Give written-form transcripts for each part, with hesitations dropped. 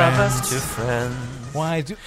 lovers to friends? Why do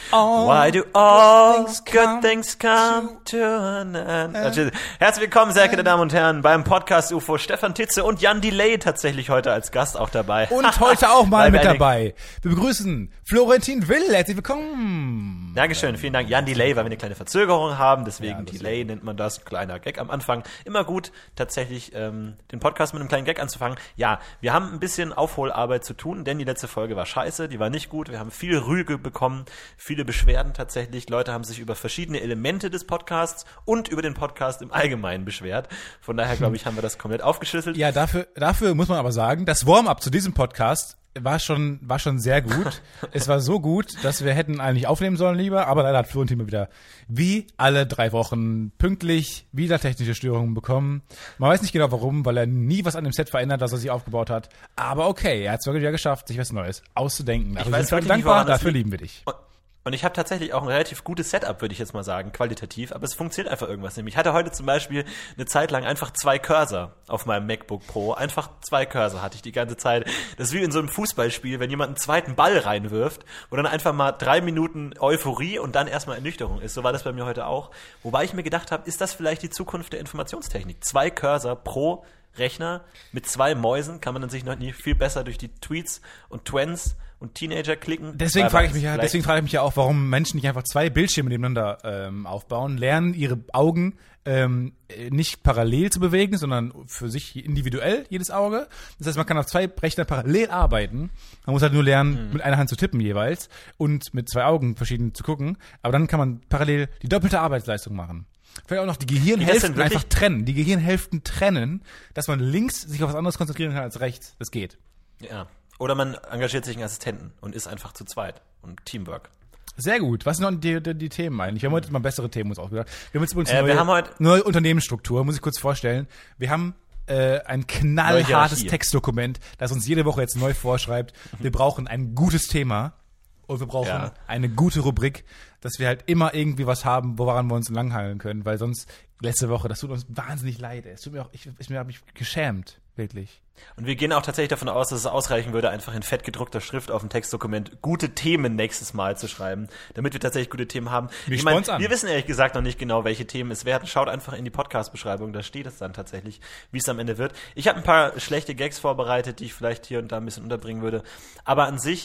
all good things come to an end? Herzlich willkommen, sehr geehrte Damen und Herren, beim Podcast UFO. Stefan Titze und Jan Delay tatsächlich heute als Gast auch dabei. Und heute auch mal mit dabei. Wir begrüßen Florentin Will. Herzlich willkommen. Dankeschön, vielen Dank. Jan Delay, weil wir eine kleine Verzögerung haben, deswegen Delay nennt man das. Kleiner Gag am Anfang. Immer gut, tatsächlich den Podcast mit einem kleinen Gag anzufangen. Ja, wir haben ein bisschen Aufholarbeit zu tun, denn die letzte Folge war scheiße, die war nicht gut. Wir haben viel Rüge bekommen, viele Beschwerden tatsächlich. Leute haben sich über verschiedene Elemente des Podcasts und über den Podcast im Allgemeinen beschwert. Von daher, glaube ich, haben wir das komplett aufgeschlüsselt. Ja, dafür muss man aber sagen, das Warm-up zu diesem Podcast war schon sehr gut. Es war so gut, dass wir hätten eigentlich aufnehmen sollen lieber, aber leider hat Florentin mal wieder wie alle 3 Wochen pünktlich wieder technische Störungen bekommen. Man weiß nicht genau warum, weil er nie was an dem Set verändert, das er sich aufgebaut hat. Aber okay, er hat es wirklich wieder geschafft, sich was Neues auszudenken. Also wir sind dankbar, dafür lieben wir dich. Und ich habe tatsächlich auch ein relativ gutes Setup, würde ich jetzt mal sagen, qualitativ, aber es funktioniert einfach irgendwas. Nämlich ich hatte heute zum Beispiel eine Zeit lang einfach 2 Cursor auf meinem MacBook Pro. Einfach 2 Cursor hatte ich die ganze Zeit. Das ist wie in so einem Fußballspiel, wenn jemand einen zweiten Ball reinwirft, wo dann einfach mal 3 Minuten Euphorie und dann erstmal Ernüchterung ist. So war das bei mir heute auch. Wobei ich mir gedacht habe, ist das vielleicht die Zukunft der Informationstechnik? 2 Cursor pro Rechner mit 2 Mäusen kann man dann sich noch nie viel besser durch die Tweets und Twents und Teenager klicken. Deswegen frage ich mich ja auch, warum Menschen nicht einfach 2 Bildschirme nebeneinander aufbauen, lernen ihre Augen nicht parallel zu bewegen, sondern für sich individuell jedes Auge. Das heißt, man kann auf 2 Rechnern parallel arbeiten. Man muss halt nur lernen, mit einer Hand zu tippen jeweils und mit 2 Augen verschieden zu gucken. Aber dann kann man parallel die doppelte Arbeitsleistung machen. Vielleicht auch noch die Gehirnhälften einfach trennen. Die Gehirnhälften trennen, dass man links sich auf was anderes konzentrieren kann als rechts. Das geht. Ja. Oder man engagiert sich einen Assistenten und ist einfach zu zweit. Und Teamwork. Sehr gut. Was sind noch die Themen eigentlich? Wir haben heute mal bessere Themen uns ausgedacht. Wir haben jetzt übrigens neue Unternehmensstruktur, muss ich kurz vorstellen. Wir haben ein knallhartes Textdokument, das uns jede Woche jetzt neu vorschreibt. Wir brauchen ein gutes Thema. Und wir brauchen eine gute Rubrik, dass wir halt immer irgendwie was haben, woran wir uns langhangeln können, weil sonst letzte Woche, das tut uns wahnsinnig leid. Es tut mir auch, ich habe mich geschämt, wirklich. Und wir gehen auch tatsächlich davon aus, dass es ausreichen würde, einfach in fett gedruckter Schrift auf dem Textdokument gute Themen nächstes Mal zu schreiben, damit wir tatsächlich gute Themen haben. Wir wissen ehrlich gesagt noch nicht genau, welche Themen es werden. Schaut einfach in die Podcast-Beschreibung, da steht es dann tatsächlich, wie es am Ende wird. Ich habe ein paar schlechte Gags vorbereitet, die ich vielleicht hier und da ein bisschen unterbringen würde. Aber an sich,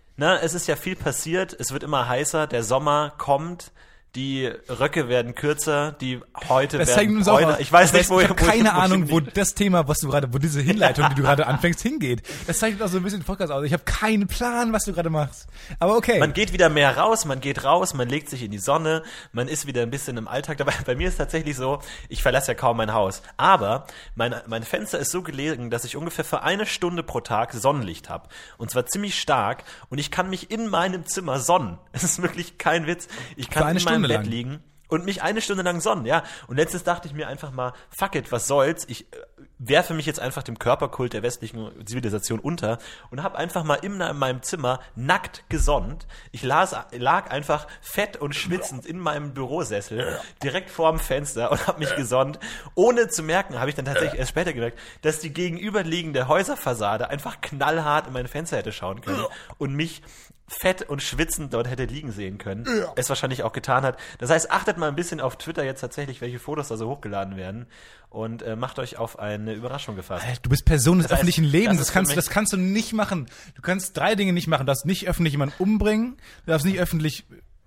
es ist ja viel passiert, es wird immer heißer, der Sommer kommt, die Röcke werden kürzer, die Häute werden bräuner. Ich weiß nicht, ich habe keine Ahnung, wo das Thema, wo diese Hinleitung, die du gerade anfängst, hingeht. Das zeichnet auch so ein bisschen den Podcast aus. Ich habe keinen Plan, was du gerade machst. Aber okay. Man geht wieder mehr raus, man geht raus, man legt sich in die Sonne, man ist wieder ein bisschen im Alltag dabei. Bei mir ist tatsächlich so, ich verlasse ja kaum mein Haus. Aber mein Fenster ist so gelegen, dass ich ungefähr für 1 Stunde pro Tag Sonnenlicht habe. Und zwar ziemlich stark. Und ich kann mich in meinem Zimmer sonnen. Es ist wirklich kein Witz. Ich kann in meinem Bett liegen und mich 1 Stunde lang sonnen, ja. Und letztens dachte ich mir einfach mal, fuck it, was soll's? Ich werfe mich jetzt einfach dem Körperkult der westlichen Zivilisation unter und habe einfach mal in meinem Zimmer nackt gesonnt. Ich lag einfach fett und schwitzend in meinem Bürosessel direkt vorm Fenster und habe mich gesonnt. Ohne zu merken, habe ich dann tatsächlich erst später gemerkt, dass die gegenüberliegende Häuserfassade einfach knallhart in mein Fenster hätte schauen können und mich fett und schwitzend dort hätte liegen sehen können. Es wahrscheinlich auch getan hat. Das heißt, achtet mal ein bisschen auf Twitter jetzt tatsächlich, welche Fotos da so hochgeladen werden und macht euch auf eine Überraschung gefasst. Du bist Person des öffentlichen Lebens. Das kannst du nicht machen. Du kannst 3 Dinge nicht machen. Du darfst nicht öffentlich jemanden umbringen. Du darfst nicht öffentlich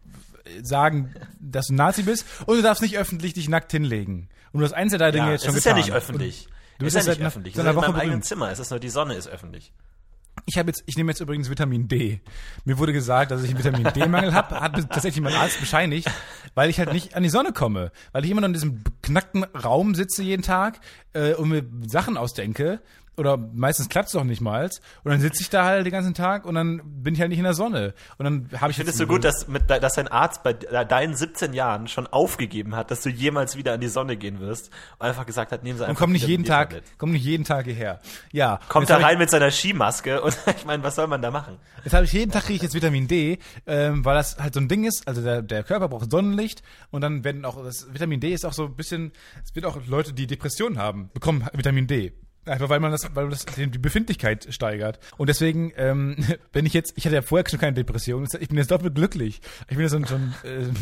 sagen, dass du ein Nazi bist. Und du darfst nicht öffentlich dich nackt hinlegen. Und du hast eins der 3 Dinge jetzt schon getan. Es ist ja nicht öffentlich. Es ist ja nicht öffentlich. Es ist in meinem eigenen Zimmer. Es ist nur, die Sonne ist öffentlich. Ich nehme jetzt übrigens Vitamin D. Mir wurde gesagt, dass ich einen Vitamin D-Mangel habe, hat tatsächlich mein Arzt bescheinigt, weil ich halt nicht an die Sonne komme, weil ich immer noch in diesem beknackten Raum sitze jeden Tag und mir Sachen ausdenke. Oder meistens klappt es auch nicht mal. Und dann sitze ich da halt den ganzen Tag und dann bin ich halt nicht in der Sonne. Und dann habe ich finde es so gut, dass dein Arzt bei deinen 17 Jahren schon aufgegeben hat, dass du jemals wieder an die Sonne gehen wirst. Und einfach gesagt hat, nehmen Sie einfach. Und komm nicht jeden Tag hierher. Ja. Kommt da rein mit seiner Skimaske und ich meine, was soll man da machen? Jetzt habe ich jeden Tag kriege ich jetzt Vitamin D, weil das halt so ein Ding ist. Also der Körper braucht Sonnenlicht und dann werden auch das Vitamin D ist auch so ein bisschen. Es wird auch Leute, die Depressionen haben, bekommen Vitamin D. Einfach weil das die Befindlichkeit steigert. Und deswegen, ich hatte ja vorher schon keine Depression, ich bin jetzt doppelt glücklich. Ich bin jetzt so ein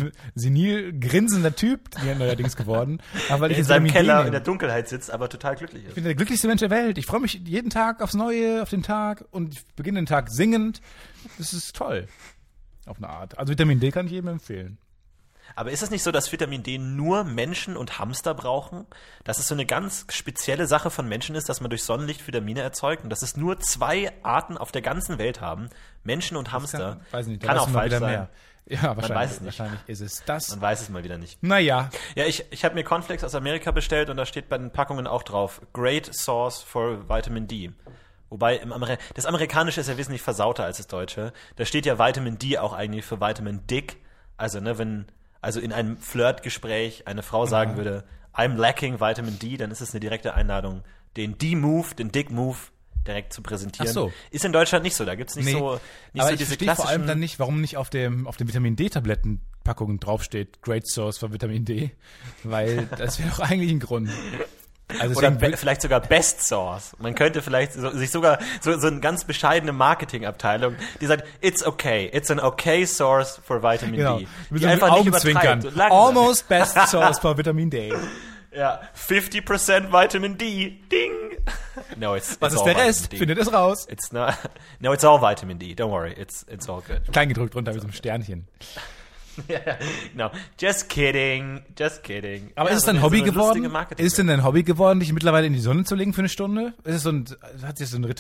senil grinsender Typ, neuerdings geworden. Aber weil ich in seinem Keller in der Dunkelheit sitzt, aber total glücklich ist. Ich bin der glücklichste Mensch der Welt. Ich freue mich jeden Tag aufs Neue, auf den Tag und ich beginne den Tag singend. Das ist toll. Auf eine Art. Also Vitamin D kann ich jedem empfehlen. Aber ist es nicht so, dass Vitamin D nur Menschen und Hamster brauchen? Dass es so eine ganz spezielle Sache von Menschen ist, dass man durch Sonnenlicht Vitamine erzeugt und dass es nur 2 Arten auf der ganzen Welt haben, Menschen und Hamster. Weiß nicht, kann auch falsch sein. Mehr. Ja, wahrscheinlich, man weiß es nicht. Wahrscheinlich ist es das. Man weiß es mal wieder nicht. Naja. Ja, ich habe mir Cornflakes aus Amerika bestellt und da steht bei den Packungen auch drauf, Great Source for Vitamin D. Wobei das Amerikanische ist ja wesentlich versauter als das Deutsche. Da steht ja Vitamin D auch eigentlich für Vitamin Dick. Also, also in einem Flirtgespräch eine Frau sagen würde, I'm lacking Vitamin D, dann ist es eine direkte Einladung, den D-Move, den Dick-Move direkt zu präsentieren. Ach so. Ist in Deutschland nicht so, da gibt's nicht so aber so ich diese verstehe klassischen... vor allem dann nicht, warum nicht auf den Vitamin D-Tablettenpackungen draufsteht, Great Source für Vitamin D, weil das wäre doch eigentlich ein Grund. Also oder vielleicht sogar Best Source. Man könnte vielleicht sich sogar so eine ganz bescheidene Marketingabteilung, die sagt, it's an okay source for Vitamin D. Die einfach nicht übertreibt. Almost best source for Vitamin D. Ja, 50% Vitamin D. Ding. No, was ist der Rest? Findet es raus. It's all Vitamin D. Don't worry, it's all good. Klein gedrückt runter mit so einem Sternchen. Ja, genau. Just kidding. Aber ist es dein Hobby geworden? Ist es denn dein Hobby geworden, dich mittlerweile in die Sonne zu legen für eine Stunde? Ist es hat sich so ein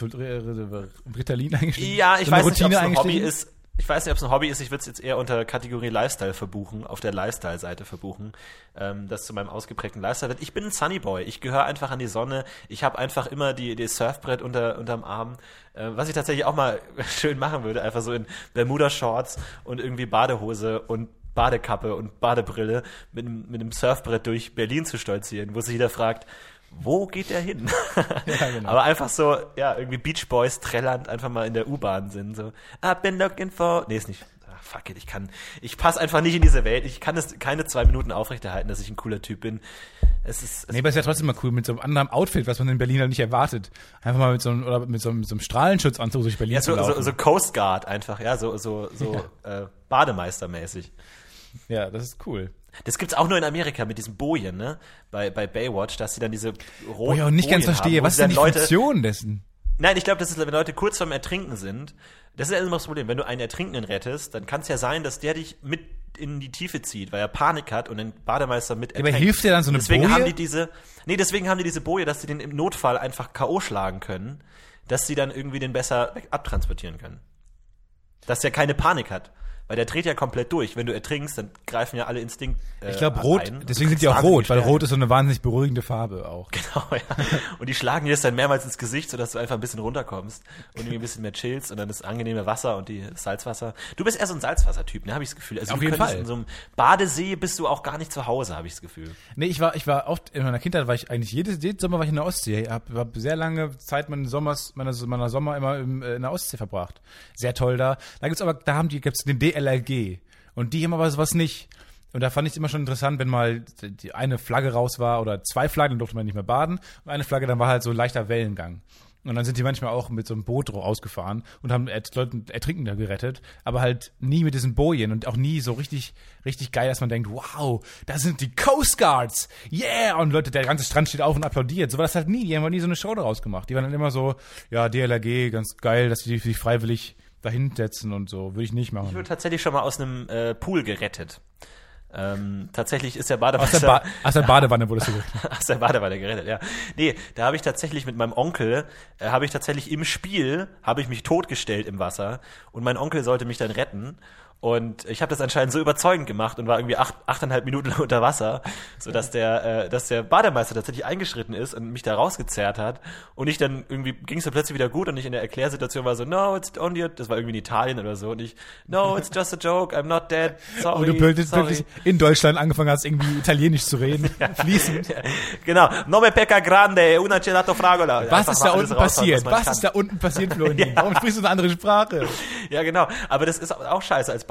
Ritalin eingeschrieben? Ja, ich weiß nicht, ob es ein Hobby ist. Ich weiß nicht, ob es ein Hobby ist. Ich würde es jetzt eher unter Kategorie Lifestyle verbuchen, auf der Lifestyle-Seite verbuchen, das zu meinem ausgeprägten Lifestyle wird. Ich bin ein Sunnyboy. Ich gehöre einfach an die Sonne. Ich habe einfach immer die Surfbrett unterm Arm. Was ich tatsächlich auch mal schön machen würde, einfach so in Bermuda-Shorts und irgendwie Badehose und Badekappe und Badebrille mit einem Surfbrett durch Berlin zu stolzieren, wo sich jeder fragt, wo geht der hin? Ja, genau. Aber einfach so, ja, irgendwie Beach Boys trällernd einfach mal in der U-Bahn sind, so, I've been looking for, nee, ist nicht, fuck it, ich passe einfach nicht in diese Welt, ich kann es keine 2 Minuten aufrechterhalten, dass ich ein cooler Typ bin. Aber es ist ja trotzdem mal cool, mit so einem anderen Outfit, was man in Berlin halt nicht erwartet. Einfach mal mit so einem Strahlenschutzanzug durch Berlin zu laufen. So Coast Guard einfach, ja, so Bademeistermäßig. Ja, das ist cool. Das gibt's auch nur in Amerika mit diesen Bojen, ne? Bei Baywatch, dass sie dann diese roten Bojen ich auch nicht ganz verstehe, haben, was ist denn die Funktion dessen? Nein, ich glaube, das ist, wenn Leute kurz vorm Ertrinken sind. Das ist ja immer das Problem. Wenn du einen Ertrinkenden rettest, dann kann es ja sein, dass der dich mit in die Tiefe zieht, weil er Panik hat und den Bademeister mit ertränkt. Aber hilft dir dann so eine deswegen Boje? Deswegen haben die diese Boje, dass sie den im Notfall einfach K.O. schlagen können, dass sie dann irgendwie den besser abtransportieren können. Dass der keine Panik hat. Weil der dreht ja komplett durch. Wenn du ertrinkst, dann greifen ja alle Instinkte ich glaube, rot, deswegen sind die auch rot, weil rot ist so eine wahnsinnig beruhigende Farbe auch. Genau, ja. Und die schlagen dir das dann mehrmals ins Gesicht, sodass du einfach ein bisschen runterkommst und irgendwie ein bisschen mehr chillst und dann das angenehme Wasser und das Salzwasser. Du bist eher so ein Salzwassertyp, ne, habe ich das Gefühl. Also auf jeden Fall. In so einem Badesee bist du auch gar nicht zu Hause, habe ich das Gefühl. Nee, ich war oft, in meiner Kindheit war ich eigentlich jeden Sommer war ich in der Ostsee. Hab sehr lange Zeit meiner Sommer immer in der Ostsee verbracht. Sehr toll da. Da gibt's den DLRG. Und die haben aber sowas nicht. Und da fand ich es immer schon interessant, wenn mal die eine Flagge raus war oder 2 Flaggen, dann durfte man nicht mehr baden. Und eine Flagge, dann war halt so ein leichter Wellengang. Und dann sind die manchmal auch mit so einem Boot ausgefahren und haben Leute Ertrinkende gerettet, aber halt nie mit diesen Bojen und auch nie so richtig geil, dass man denkt, wow, da sind die Coast Guards, yeah! Und Leute, der ganze Strand steht auf und applaudiert. So war das halt nie, die haben nie so eine Show daraus gemacht. Die waren dann immer so, ja, DLRG, ganz geil, dass die sich freiwillig dahin setzen und so, würde ich nicht machen. Ich wurde tatsächlich schon mal aus einem Pool gerettet. Tatsächlich ist der Bademeister... Aus der Badewanne wurdest du gerettet. Aus der Badewanne gerettet, ja. Nee, da habe ich tatsächlich mit meinem Onkel, im Spiel, mich totgestellt im Wasser und mein Onkel sollte mich dann retten. Und ich habe das anscheinend so überzeugend gemacht und war irgendwie 8,5 Minuten lang unter Wasser, sodass dass der Bademeister tatsächlich eingeschritten ist und mich da rausgezerrt hat. Und ich dann irgendwie ging es dann plötzlich wieder gut und ich in der Erklärsituation war so, no, it's only, das war irgendwie in Italien oder so. Und ich, no, it's just a joke, I'm not dead, sorry. Und du plötzlich in Deutschland angefangen hast, irgendwie Italienisch zu reden, fließend. Ja, genau, nome pecca grande, una gelato fragola. Was ist da unten passiert? Was ist da unten passiert, Florentin? Warum sprichst du eine andere Sprache? Ja, genau. Aber das ist auch scheiße als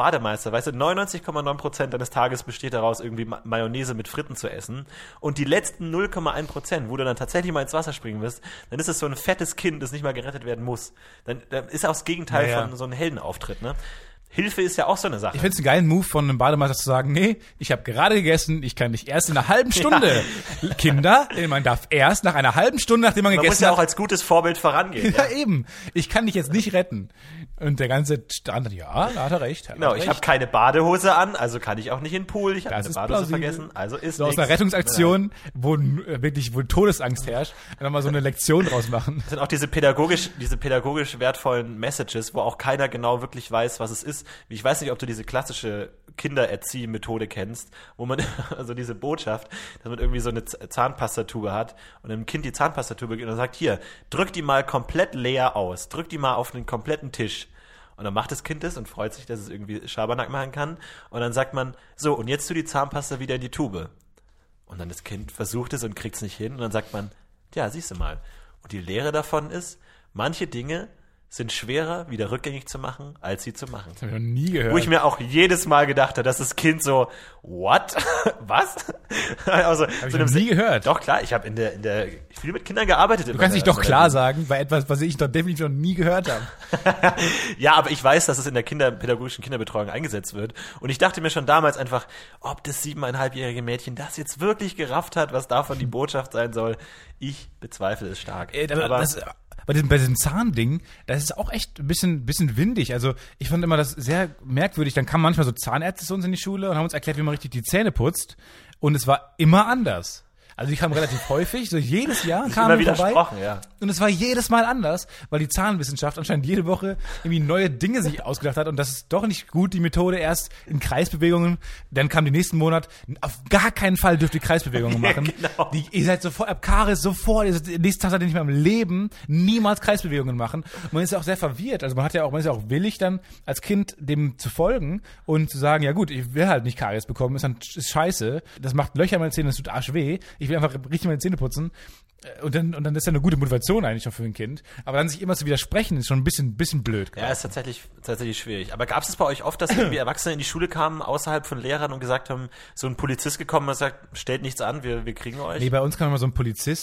Bademeister, weißt du, 99,9% deines Tages besteht daraus, irgendwie Mayonnaise mit Fritten zu essen. Und die letzten 0,1%, wo du dann tatsächlich mal ins Wasser springen wirst, dann ist es so ein fettes Kind, das nicht mal gerettet werden muss. Dann ist auch das Gegenteil von so einem Heldenauftritt, ne? Hilfe ist ja auch so eine Sache. Ich finde es einen geilen Move von einem Bademeister zu sagen, nee, ich habe gerade gegessen, ich kann nicht erst in einer halben Stunde. Kinder, man darf erst nach einer halben Stunde, nachdem man gegessen hat. Man muss ja auch als gutes Vorbild vorangehen. Ja, eben. Ich kann dich jetzt nicht retten. Und der ganze Stand, ja, da hat er recht. Genau, ich habe keine Badehose an, also kann ich auch nicht in den Pool. Ich habe meine Badehose vergessen, also ist so aus einer Rettungsaktion, wo Todesangst herrscht, dann mal so eine Lektion draus machen. Das sind auch diese pädagogisch wertvollen Messages, wo auch keiner genau wirklich weiß, was es ist. Ich weiß nicht, ob du diese klassische Kindererziehmethode kennst, wo man, also diese Botschaft, dass man irgendwie so eine Zahnpastatube hat und einem Kind die Zahnpastatube gibt und sagt, hier, drück die mal komplett leer aus, drück die mal auf einen kompletten Tisch. Und dann macht das Kind das und freut sich, dass es irgendwie Schabernack machen kann. Und dann sagt man, so, und jetzt tu die Zahnpasta wieder in die Tube. Und dann das Kind versucht es und kriegt es nicht hin. Und dann sagt man, ja, siehst du mal. Und die Lehre davon ist, manche Dinge sind schwerer wieder rückgängig zu machen, als sie zu machen. Das habe ich noch nie gehört. Wo ich mir auch jedes Mal gedacht habe, dass das Kind so, what? Was? Also, habe ich noch nie gehört. Doch, klar, ich habe viel mit Kindern gearbeitet. Du kannst dich doch klar sagen, bei etwas, was ich doch definitiv noch nie gehört habe. Ja, aber ich weiß, dass es in der pädagogischen Kinderbetreuung eingesetzt wird. Und ich dachte mir schon damals einfach, ob das 7,5-jährige Mädchen das jetzt wirklich gerafft hat, was davon die Botschaft sein soll. Ich bezweifle es stark. Aber bei diesem Zahnding, das ist auch echt ein bisschen windig. Also ich fand immer das sehr merkwürdig. Dann kamen manchmal so Zahnärzte zu uns in die Schule und haben uns erklärt, wie man richtig die Zähne putzt. Und es war immer anders. Also die kamen relativ häufig, so jedes Jahr kamen die vorbei. Ja. Und es war jedes Mal anders, weil die Zahnwissenschaft anscheinend jede Woche irgendwie neue Dinge sich ausgedacht hat. Und das ist doch nicht gut, die Methode erst in Kreisbewegungen. Dann kam die nächsten Monat, auf gar keinen Fall dürft ihr Kreisbewegungen machen. Genau. Ihr seid sofort, ab Karies sofort, nächsten Tag seid ihr nicht mehr im Leben, niemals Kreisbewegungen machen. Und man ist ja auch sehr verwirrt. Also man ist ja auch willig dann als Kind dem zu folgen und zu sagen, ja gut, ich will halt nicht Karies bekommen, ist scheiße. Das macht Löcher in meine Zähne, das tut arschweh. Ich will einfach richtig meine Zähne putzen. Und dann ist ja eine gute Motivation eigentlich schon für ein Kind. Aber dann sich immer zu widersprechen, ist schon ein bisschen blöd. Ja, ist tatsächlich schwierig. Aber gab es bei euch oft, dass irgendwie Erwachsene in die Schule kamen, außerhalb von Lehrern und gesagt haben, so ein Polizist gekommen und sagt, stellt nichts an, wir kriegen euch? Nee, bei uns kam immer so ein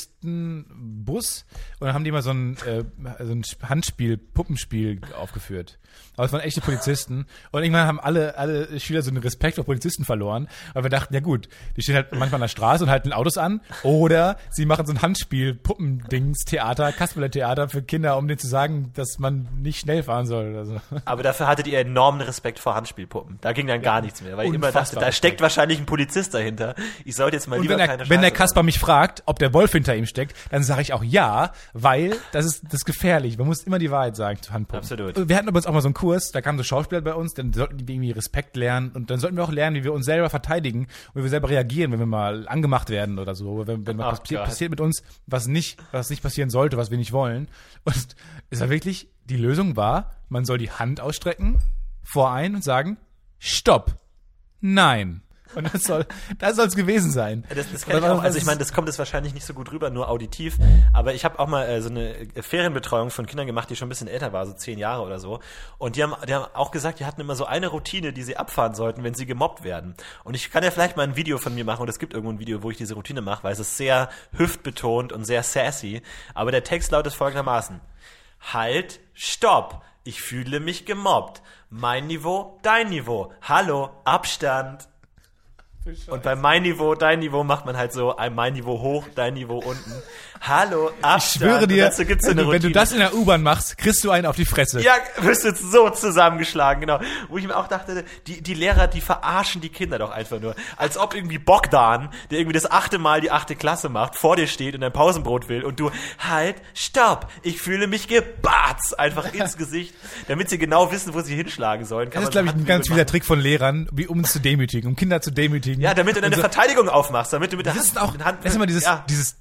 Polizistenbus und dann haben die immer so ein Puppenspiel aufgeführt. Aber es waren echte Polizisten. Und irgendwann haben alle Schüler so einen Respekt vor Polizisten verloren. Weil wir dachten, ja gut, die stehen halt manchmal an der Straße und halten Autos an. Oder sie machen so ein Handspiel, Puppendings, Theater, Kasperle-Theater für Kinder, um denen zu sagen, dass man nicht schnell fahren soll oder so. Aber dafür hattet ihr enormen Respekt vor Handspielpuppen. Da ging dann gar nichts mehr. Weil ich immer dachte, da steckt wahrscheinlich ein Polizist dahinter. Ich sollte jetzt mal lieber keine Scheiße wenn der Kasper mich fragt, ob der Wolf hinter ihm steckt, dann sage ich auch ja, weil das ist gefährlich. Man muss immer die Wahrheit sagen zu Handpuppen. Absolut. Wir hatten übrigens auch mal so einen Kurs, da kamen so Schauspieler bei uns, dann sollten die irgendwie Respekt lernen und dann sollten wir auch lernen, wie wir uns selber verteidigen und wie wir selber reagieren, wenn wir mal angemacht werden oder so. Wenn was passiert mit uns, was nicht passieren sollte, was wir nicht wollen. Und es war wirklich, die Lösung war, man soll die Hand ausstrecken vor einen und sagen, Stopp, nein. Und das soll's gewesen sein. Das kenn ich auch. Also ich meine, das kommt jetzt wahrscheinlich nicht so gut rüber, nur auditiv. Aber ich habe auch mal so eine Ferienbetreuung von Kindern gemacht, die schon ein bisschen älter war, so 10 Jahre oder so. Und die haben auch gesagt, die hatten immer so eine Routine, die sie abfahren sollten, wenn sie gemobbt werden. Und ich kann ja vielleicht mal ein Video von mir machen, und es gibt irgendwo ein Video, wo ich diese Routine mache, weil es ist sehr hüftbetont und sehr sassy. Aber der Text lautet folgendermaßen: Halt, stopp, ich fühle mich gemobbt. Mein Niveau, dein Niveau. Hallo, Abstand. Und bei mein Niveau, dein Niveau macht man halt so mein Niveau hoch, dein Niveau unten. Hallo, Abstand. Ich schwöre dir, wenn du das in der U-Bahn machst, kriegst du einen auf die Fresse. Ja, wirst du jetzt so zusammengeschlagen, genau. Wo ich mir auch dachte, die Lehrer, die verarschen die Kinder doch einfach nur. Als ob irgendwie Bogdan, der irgendwie das 8. Mal die 8. Klasse macht, vor dir steht und ein Pausenbrot will und du, halt, stopp, ich fühle mich gebatzt, einfach ins Gesicht, damit sie genau wissen, wo sie hinschlagen sollen. Das ist, glaube ich, ein ganz vieler Trick von Lehrern, um uns zu demütigen, um Kinder zu demütigen. Ja, damit du deine Verteidigung aufmachst, damit du mit der Hand... Das ist immer dieses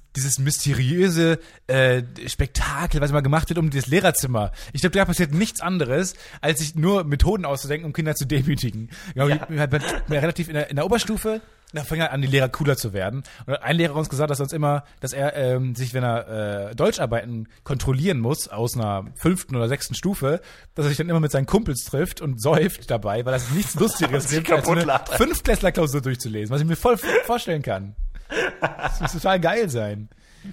dieses mysteriöse Spektakel, was immer gemacht wird um das Lehrerzimmer. Ich glaube, da passiert nichts anderes, als sich nur Methoden auszudenken, um Kinder zu demütigen. Ja. Relativ in der Oberstufe, da fing halt an, die Lehrer cooler zu werden. Und ein Lehrer hat uns gesagt, dass er sich, wenn er Deutscharbeiten kontrollieren muss, aus einer 5. oder 6. Stufe, dass er sich dann immer mit seinen Kumpels trifft und säuft dabei, weil das nichts Lustigeres gibt, als eine 5-Klässler-Klausur durchzulesen, was ich mir voll vorstellen kann. Das muss total geil sein.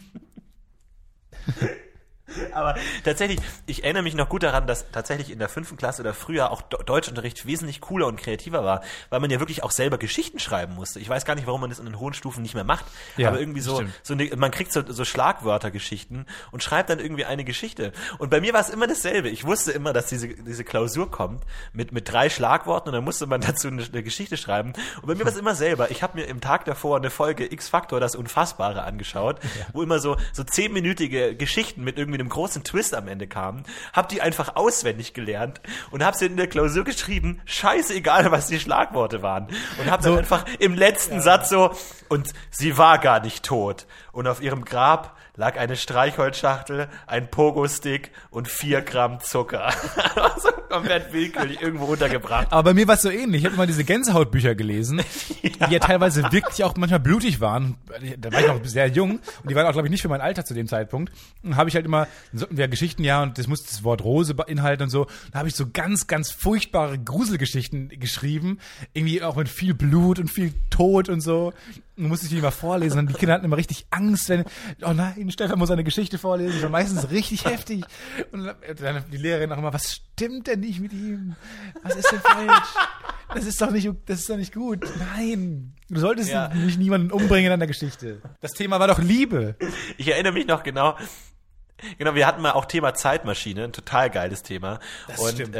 Aber tatsächlich, ich erinnere mich noch gut daran, dass tatsächlich in der 5. Klasse oder früher auch Deutschunterricht wesentlich cooler und kreativer war, weil man ja wirklich auch selber Geschichten schreiben musste. Ich weiß gar nicht, warum man das in den hohen Stufen nicht mehr macht, ja, aber irgendwie man kriegt so Schlagwörtergeschichten und schreibt dann irgendwie eine Geschichte. Und bei mir war es immer dasselbe. Ich wusste immer, dass diese Klausur kommt mit 3 Schlagworten und dann musste man dazu eine Geschichte schreiben. Und bei mir war es immer selber. Ich habe mir im Tag davor eine Folge X-Factor, das Unfassbare, angeschaut, wo immer so 10-minütige Geschichten mit irgendwie einem großen Twist am Ende kamen, hab die einfach auswendig gelernt und hab sie in der Klausur geschrieben, scheißegal, was die Schlagworte waren. Und hab dann einfach im letzten Satz und sie war gar nicht tot. Und auf ihrem Grab lag eine Streichholzschachtel, ein Pogo-Stick und 4 Gramm Zucker. Also komplett willkürlich irgendwo untergebracht. Aber bei mir war es so ähnlich. Ich habe immer diese Gänsehautbücher gelesen, die ja teilweise wirklich auch manchmal blutig waren. Da war ich noch sehr jung und die waren auch, glaube ich, nicht für mein Alter zu dem Zeitpunkt. Und habe ich halt immer, sollten wir Geschichten, und das muss das Wort Rose beinhalten und so. Da habe ich so ganz, ganz furchtbare Gruselgeschichten geschrieben. Irgendwie auch mit viel Blut und viel Tod und so. Und musste ich die immer vorlesen und die Kinder hatten immer richtig Angst, oh nein, Stefan muss eine Geschichte vorlesen, das war meistens richtig heftig. Und dann die Lehrerin auch immer, was stimmt denn nicht mit ihm? Was ist denn falsch? Das ist doch nicht gut. Nein, du solltest nicht niemanden umbringen in einer Geschichte. Das Thema war doch Liebe. Ich erinnere mich noch genau, wir hatten mal auch Thema Zeitmaschine, ein total geiles Thema. Das stimmt.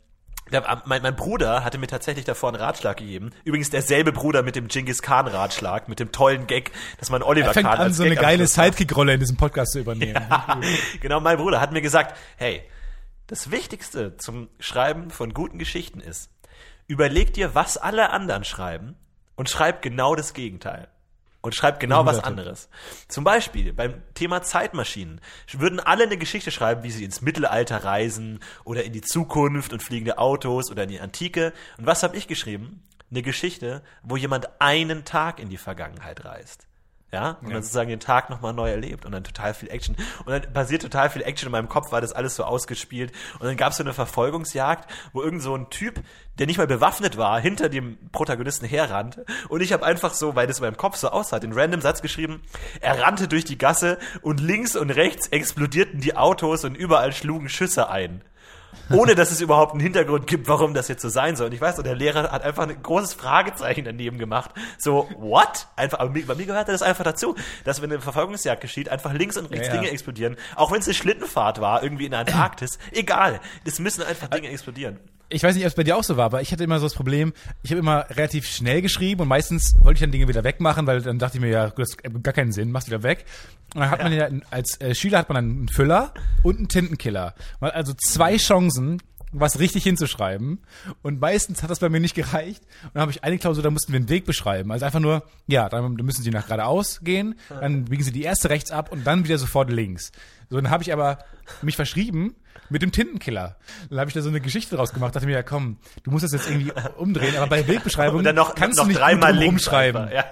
Mein Bruder hatte mir tatsächlich davor einen Ratschlag gegeben. Übrigens derselbe Bruder mit dem Genghis Khan Ratschlag, mit dem tollen Gag, dass man Oliver Kahn an, so eine geile Sidekick-Rolle in diesem Podcast zu übernehmen. Ja, genau, mein Bruder hat mir gesagt, hey, das Wichtigste zum Schreiben von guten Geschichten ist, überleg dir, was alle anderen schreiben und schreib genau das Gegenteil. Und schreibt genau was anderes. Zum Beispiel beim Thema Zeitmaschinen würden alle eine Geschichte schreiben, wie sie ins Mittelalter reisen oder in die Zukunft und fliegende Autos oder in die Antike. Und was habe ich geschrieben? Eine Geschichte, wo jemand einen Tag in die Vergangenheit reist. Ja, und dann sozusagen den Tag nochmal neu erlebt und dann total viel Action. Und dann passiert total viel Action in meinem Kopf, war das alles so ausgespielt. Und dann gab es so eine Verfolgungsjagd, wo irgend so ein Typ, der nicht mal bewaffnet war, hinter dem Protagonisten herrannte. Und ich habe einfach so, weil das in meinem Kopf so aussah, den random Satz geschrieben, er rannte durch die Gasse und links und rechts explodierten die Autos und überall schlugen Schüsse ein. Ohne, dass es überhaupt einen Hintergrund gibt, warum das jetzt so sein soll. Und ich weiß, und der Lehrer hat einfach ein großes Fragezeichen daneben gemacht. So, what? Einfach, aber bei mir gehörte das einfach dazu, dass wenn eine Verfolgungsjagd geschieht, einfach links und rechts Dinge explodieren. Auch wenn es eine Schlittenfahrt war, irgendwie in der Antarktis. Egal. Es müssen einfach Dinge explodieren. Ich weiß nicht, ob es bei dir auch so war, aber ich hatte immer so das Problem, ich habe immer relativ schnell geschrieben und meistens wollte ich dann Dinge wieder wegmachen, weil dann dachte ich mir, ja, das hat gar keinen Sinn, mach's wieder weg. Und dann hat man ja, als Schüler hat man dann einen Füller und einen Tintenkiller. Man hat also 2 Chancen, was richtig hinzuschreiben. Und meistens hat das bei mir nicht gereicht. Und dann habe ich eine Klausur, da mussten wir einen Weg beschreiben. Also einfach nur, dann müssen Sie nach geradeaus gehen, dann biegen Sie die erste rechts ab und dann wieder sofort links. So, dann habe ich aber mich verschrieben mit dem Tintenkiller. Dann habe ich da so eine Geschichte draus gemacht, dachte mir, ja komm, du musst das jetzt irgendwie umdrehen, aber bei der Wegbeschreibung kannst du nicht dreimal rumschreiben. Ja.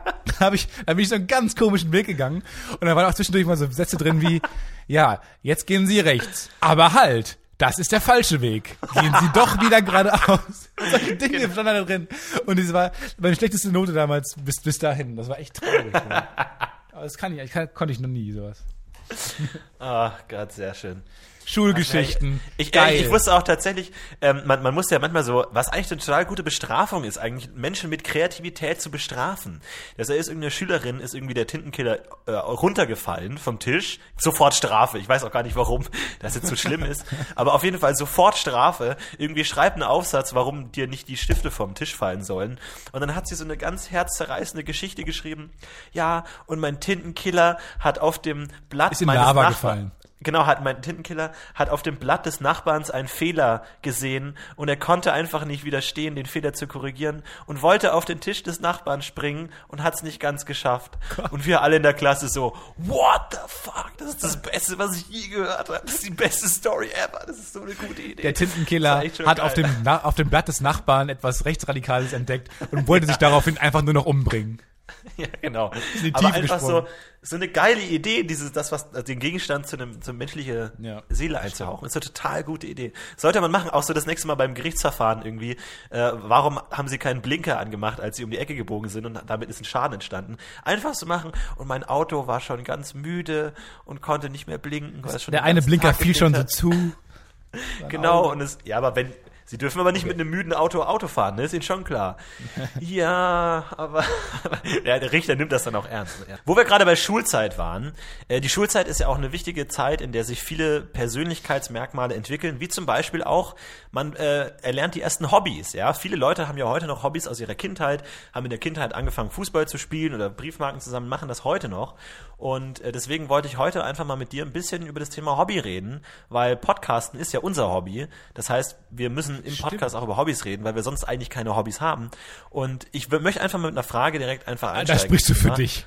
Da bin ich so einen ganz komischen Weg gegangen und da waren auch zwischendurch mal so Sätze drin wie, ja, jetzt gehen Sie rechts, aber halt, das ist der falsche Weg. Gehen Sie doch wieder geradeaus. Solche Dinge standen da drin. Und das war meine schlechteste Note damals bis dahin. Das war echt traurig. Aber das konnte ich noch nie, sowas. Ach Gott, sehr schön. Schulgeschichten. Ich wusste auch tatsächlich, man muss ja manchmal so, was eigentlich eine total gute Bestrafung ist, eigentlich Menschen mit Kreativität zu bestrafen. Das ist irgendeine Schülerin, ist irgendwie der Tintenkiller runtergefallen vom Tisch, sofort Strafe. Ich weiß auch gar nicht, warum das jetzt so schlimm ist, aber auf jeden Fall sofort Strafe. Irgendwie schreibt einen Aufsatz, warum dir nicht die Stifte vom Tisch fallen sollen. Und dann hat sie so eine ganz herzzerreißende Geschichte geschrieben. Ja, und mein Tintenkiller hat auf dem Blatt ist in Lava gefallen. Genau, mein Tintenkiller hat auf dem Blatt des Nachbarns einen Fehler gesehen und er konnte einfach nicht widerstehen, den Fehler zu korrigieren und wollte auf den Tisch des Nachbarn springen und hat es nicht ganz geschafft. Und wir alle in der Klasse so, what the fuck, das ist das Beste, was ich je gehört habe. Das ist die beste Story ever, das ist so eine gute Idee. Der Tintenkiller hat auf dem Blatt des Nachbarn etwas Rechtsradikales entdeckt und wollte sich daraufhin einfach nur noch umbringen. Ja, genau. Aber einfach so eine geile Idee, den Gegenstand zur menschliche Seele einzuhauchen. Ist eine total gute Idee. Sollte man machen, auch so das nächste Mal beim Gerichtsverfahren irgendwie. Warum haben sie keinen Blinker angemacht, als sie um die Ecke gebogen sind und damit ist ein Schaden entstanden? Einfach so machen und mein Auto war schon ganz müde und konnte nicht mehr blinken. Der eine Blinker fiel schon so zu. Genau, aber Sie dürfen aber nicht mit einem müden Auto fahren, ne? Ist Ihnen schon klar. Ja, aber der Richter nimmt das dann auch ernst. Ja. Wo wir gerade bei Schulzeit waren, die Schulzeit ist ja auch eine wichtige Zeit, in der sich viele Persönlichkeitsmerkmale entwickeln, wie zum Beispiel auch, man erlernt die ersten Hobbys. Ja, viele Leute haben ja heute noch Hobbys aus ihrer Kindheit, haben in der Kindheit angefangen, Fußball zu spielen oder Briefmarken zusammen, machen das heute noch. Und deswegen wollte ich heute einfach mal mit dir ein bisschen über das Thema Hobby reden, weil Podcasten ist ja unser Hobby. Das heißt, wir müssen im Podcast auch über Hobbys reden, weil wir sonst eigentlich keine Hobbys haben. Und ich möchte einfach mal mit einer Frage direkt einfach einsteigen. Da sprichst du für dich.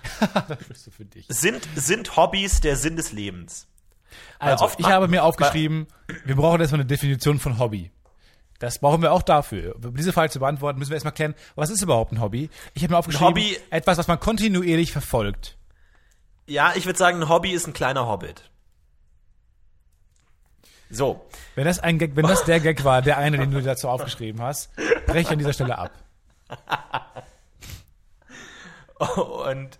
Sind Hobbys der Sinn des Lebens? Also, ich habe mir aufgeschrieben, wir brauchen erstmal eine Definition von Hobby. Das brauchen wir auch dafür. Um diese Frage zu beantworten, müssen wir erstmal klären, was ist überhaupt ein Hobby? Ich habe mir aufgeschrieben, etwas, was man kontinuierlich verfolgt. Ja, ich würde sagen, ein Hobby ist ein kleiner Hobbit. So. Wenn das der Gag war, der eine, den du dazu aufgeschrieben hast, breche ich an dieser Stelle ab. Und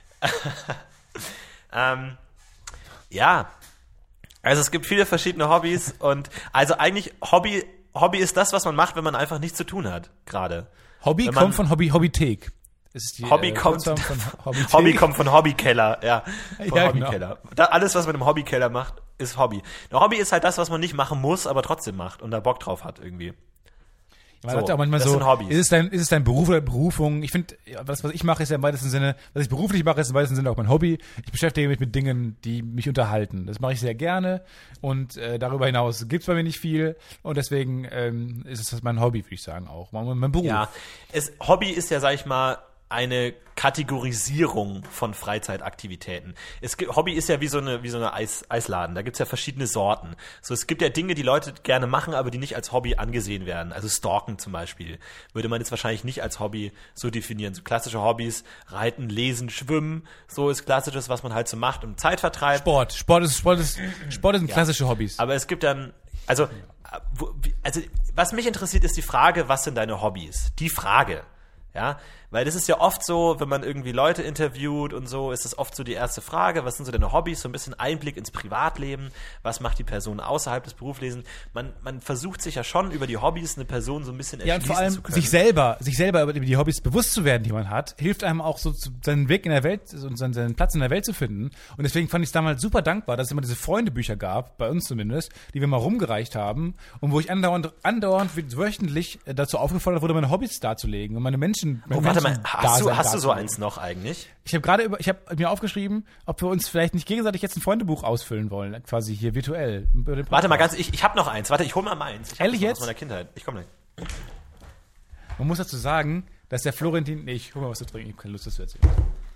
ja, also es gibt viele verschiedene Hobbys und also eigentlich Hobby ist das, was man macht, wenn man einfach nichts zu tun hat, gerade. Hobby kommt von Hobbythek. Hobby kommt von Hobbykeller, ja. Von Hobbykeller. Genau. Alles, was man im Hobbykeller macht, ist Hobby. Ein Hobby ist halt das, was man nicht machen muss, aber trotzdem macht und da Bock drauf hat irgendwie. Man sagt ja auch manchmal so, ist es dein Beruf oder Berufung? Ich finde, was ich mache, ist ja im weitesten Sinne, was ich beruflich mache, ist im weitesten Sinne auch mein Hobby. Ich beschäftige mich mit Dingen, die mich unterhalten. Das mache ich sehr gerne und darüber hinaus gibt's bei mir nicht viel und deswegen ist es mein Hobby, würde ich sagen, auch. Mein Beruf. Ja, Hobby ist ja, sag ich mal, eine Kategorisierung von Freizeitaktivitäten. Hobby ist ja wie so eine Eisladen. Da gibt's ja verschiedene Sorten. So, es gibt ja Dinge, die Leute gerne machen, aber die nicht als Hobby angesehen werden. Also Stalken zum Beispiel würde man jetzt wahrscheinlich nicht als Hobby so definieren. So klassische Hobbys, Reiten, Lesen, Schwimmen, so ist klassisches, was man halt so macht und Zeit vertreibt. Sport sind klassische Hobbys. Aber es gibt dann, also was mich interessiert, ist die Frage, was sind deine Hobbys? Die Frage. Ja, weil das ist ja oft so, wenn man irgendwie Leute interviewt und so, ist das oft so die erste Frage, was sind so deine Hobbys, so ein bisschen Einblick ins Privatleben, was macht die Person außerhalb des Berufslebens. Man versucht sich ja schon über die Hobbys eine Person so ein bisschen erschließen zu können. Ja, und vor allem sich selber über die Hobbys bewusst zu werden, die man hat, hilft einem auch so seinen Weg in der Welt und seinen Platz in der Welt zu finden. Und deswegen fand ich es damals super dankbar, dass es immer diese Freundebücher gab, bei uns zumindest, die wir mal rumgereicht haben und wo ich andauernd wöchentlich dazu aufgefordert wurde, meine Hobbys darzulegen und meine Menschen. Warte mal, hast du so eins noch eigentlich? Ich habe mir aufgeschrieben, ob wir uns vielleicht nicht gegenseitig jetzt ein Freundebuch ausfüllen wollen, quasi hier virtuell. Warte mal ich habe noch eins. Warte, ich hole mal meins. Ehrlich jetzt? Aus meiner Kindheit. Ich komme gleich. Man muss dazu sagen, dass der Florentin... Nee, ich hole mal was zu trinken. Ich habe keine Lust, das zu erzählen.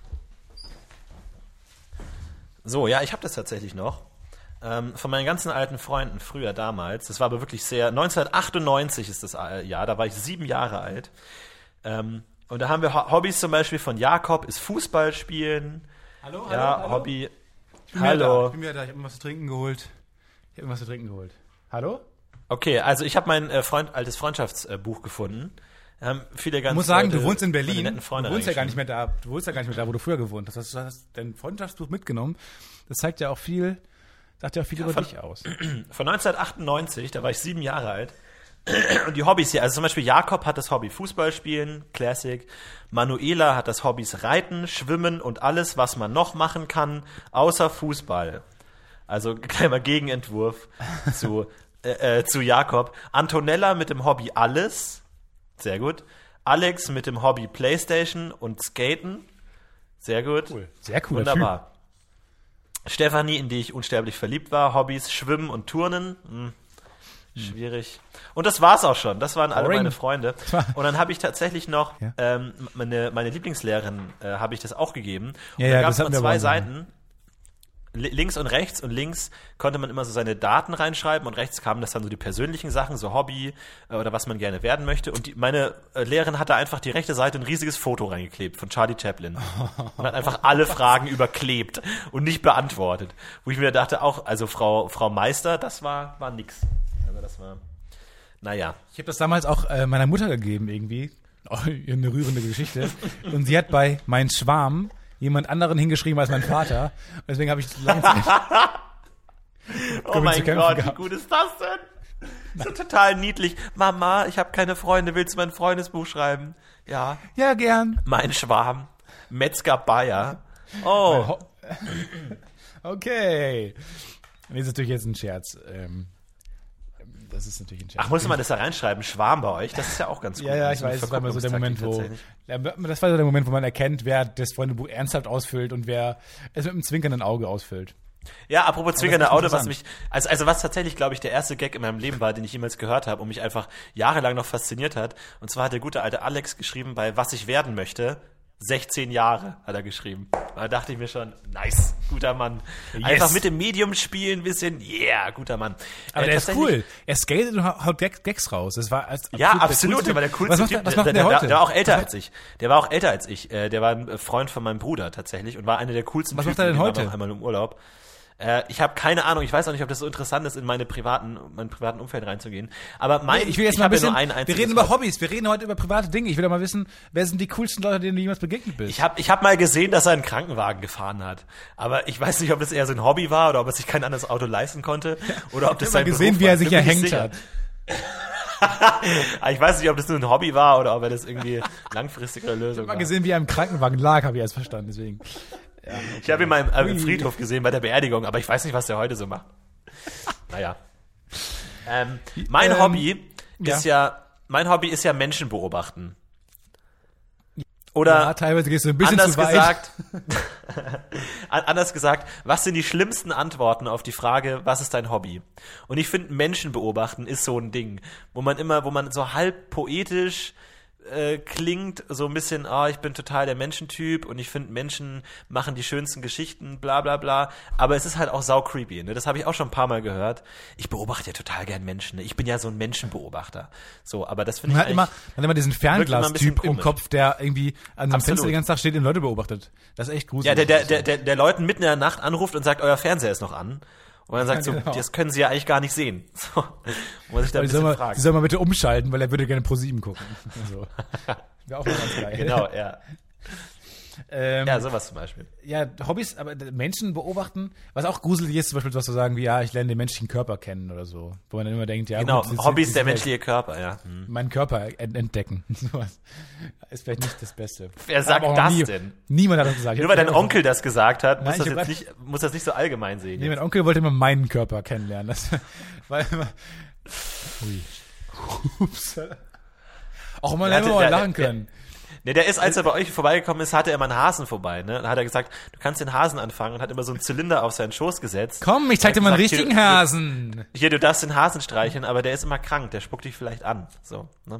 So, ja, ich habe das tatsächlich noch. Von meinen ganzen alten Freunden früher damals. Das war aber wirklich 1998 ist das Jahr. Da war ich 7 Jahre alt. Und da haben wir Hobbys zum Beispiel von Jakob, ist Fußball spielen. Hallo? Hobby. Ich bin wieder da. Ich habe irgendwas zu trinken geholt. Hallo? Okay, also ich habe mein altes Freundschaftsbuch gefunden. Viele ganz ich muss sagen, du wohnst in Berlin. Du wohnst ja gar nicht mehr da. Du wohnst ja gar nicht mehr da, wo du früher gewohnt hast. Du hast dein Freundschaftsbuch mitgenommen. Das zeigt ja auch viel, sagt ja auch viel über dich aus. Von 1998, da war ich 7 Jahre alt. Und die Hobbys hier, also zum Beispiel Jakob hat das Hobby Fußball spielen, Classic. Manuela hat das Hobbys Reiten, Schwimmen und alles, was man noch machen kann, außer Fußball. Also kleiner Gegenentwurf zu Jakob. Antonella mit dem Hobby Alles, sehr gut. Alex mit dem Hobby Playstation und Skaten, sehr gut. Cool. Sehr cool. Wunderbar. Stefanie, in die ich unsterblich verliebt war. Hobbys, Schwimmen und Turnen. Schwierig. Und das war's auch schon. Das waren alle Boring. meine Freunde. Und dann habe ich tatsächlich noch Ja. meine Lieblingslehrerin habe ich das auch gegeben. Und Ja, da ja, gab das es hatten noch wir zwei aber auch. Seiten. Links und rechts, und links konnte man immer so seine Daten reinschreiben und rechts kamen das dann so die persönlichen Sachen, so Hobby oder was man gerne werden möchte. Und meine Lehrerin hatte einfach die rechte Seite ein riesiges Foto reingeklebt von Charlie Chaplin und hat einfach alle Fragen überklebt und nicht beantwortet. Wo ich mir dachte, auch, also Frau Meister, das war nix. Also das war, naja. Ich habe das damals auch meiner Mutter gegeben irgendwie. Oh, eine rührende Geschichte. Und sie hat bei Mein Schwarm jemand anderen hingeschrieben als mein Vater. Und deswegen habe ich lange Zeit Oh mein zu kämpfen Gott, wie gehabt. gut ist das denn? So total niedlich. Mama, ich habe keine Freunde, willst du mein Freundesbuch schreiben? Ja. Ja, gern. Mein Schwarm. Metzger Bayer. Oh. Okay. Nee, das ist natürlich jetzt ein Scherz. Das ist natürlich ein Scherz. Ach, musste man das da reinschreiben? Schwarm bei euch? Das ist ja auch ganz gut. Ja, ich Das ist eine weiß, das war immer so der Moment, Verkupplungstaktik wo tatsächlich. das war so der Moment, wo man erkennt, wer das Freundebuch ernsthaft ausfüllt und wer es mit einem zwinkernden Auge ausfüllt. Ja, apropos zwinkernde echt Auto, was interessant. mich, also was tatsächlich, glaube ich, der erste Gag in meinem Leben war, den ich jemals gehört habe und mich einfach jahrelang noch fasziniert hat. Und zwar hat der gute alte Alex geschrieben bei Was ich werden möchte. 16 Jahre hat er geschrieben. Da dachte ich mir schon, nice, guter Mann. Einfach mit dem Medium spielen, ein bisschen, yeah, guter Mann. Aber der ist tatsächlich- cool. Er skatet und haut Gags raus. Das war Ja, der absolut, coolste der war der coolste Was Typ. macht der heute? Der war auch älter als ich. Der war auch älter als ich. Der war ein Freund von meinem Bruder tatsächlich und war einer der coolsten Was Typen. macht er denn mit dem heute? war noch einmal im Urlaub. Ich habe keine Ahnung, ich weiß auch nicht, ob das so interessant ist, in mein privaten Umfeld reinzugehen. Aber Ich will jetzt mal ein hab ja bisschen, nur ein wir einziges reden über Hobby. Hobbys, wir reden heute über private Dinge. Ich will doch mal wissen, wer sind die coolsten Leute, denen du jemals begegnet bist? Ich hab mal gesehen, dass er einen Krankenwagen gefahren hat. Aber ich weiß nicht, ob das eher so ein Hobby war oder ob er sich kein anderes Auto leisten konnte. Oder ob das Ich habe sein mal gesehen, Beruf wie er war. sich Bin mir erhängt nicht sicher. hat. Ich weiß nicht, ob das nur ein Hobby war oder ob er das irgendwie langfristige Lösung Ich habe mal war. gesehen, wie er im Krankenwagen lag, habe ich erst verstanden, deswegen. Ich habe ihn mal im Ui. Friedhof gesehen bei der Beerdigung, aber ich weiß nicht, was der heute so macht. Naja. Mein Hobby ist ja Menschen beobachten. Oder Ja, teilweise gehst du ein bisschen anders zu weit. gesagt, anders gesagt, was sind die schlimmsten Antworten auf die Frage, was ist dein Hobby? Und ich finde, Menschen beobachten ist so ein Ding, wo man so halb poetisch klingt, so ein bisschen, ich bin total der Menschentyp und ich finde, Menschen machen die schönsten Geschichten, bla bla bla, aber es ist halt auch sau creepy, ne? Das habe ich auch schon ein paar Mal gehört. Ich beobachte ja total gern Menschen, ne? Ich bin ja so ein Menschenbeobachter. So, aber das finde Man ich hat immer diesen wirkt immer ein Fernglas-Typ bisschen im komisch. Kopf, der irgendwie an seinem Absolut. Fenster den ganzen Tag steht und Leute beobachtet. Das ist echt Ja, gruselig. der Leuten mitten in der Nacht anruft und sagt, euer Fernseher ist noch an. Und dann sagt Ja, so, genau. das können sie ja eigentlich gar nicht sehen. So, muss ich da ein Die soll, bisschen mal, fragen. die soll mal bitte umschalten, weil er würde gerne Pro7 gucken. Also, wäre auch mal ganz geil. Genau, ja. Ähm, Ja, sowas zum Beispiel. Ja, Hobbys, aber Menschen beobachten, was auch gruselig ist, zum Beispiel was zu sagen wie, ja, ich lerne den menschlichen Körper kennen oder so. Wo man dann immer denkt, ja, Genau, gut, Hobby ist der vielleicht menschliche Körper, ja. meinen Körper entdecken. Sowas ist vielleicht nicht das Beste. Wer sagt Aber auch das nie, denn? Niemand hat das gesagt. Nur weil dein Onkel das gesagt hat, Nein, muss das nicht so allgemein sehen. Nee, jetzt. mein Onkel wollte immer meinen Körper kennenlernen. Das, weil immer, ui. Ups. Auch mal Der hätte hatte- mal der- lachen der- können. Nee, der ist, als er bei euch vorbeigekommen ist, hatte er immer einen Hasen vorbei, ne? Dann hat er gesagt, du kannst den Hasen anfangen und hat immer so einen Zylinder auf seinen Schoß gesetzt. Komm, ich zeig dir Hat mal einen gesagt, richtigen hier, Hasen. Hier, du darfst den Hasen streicheln, aber der ist immer krank, der spuckt dich vielleicht an. So, ne?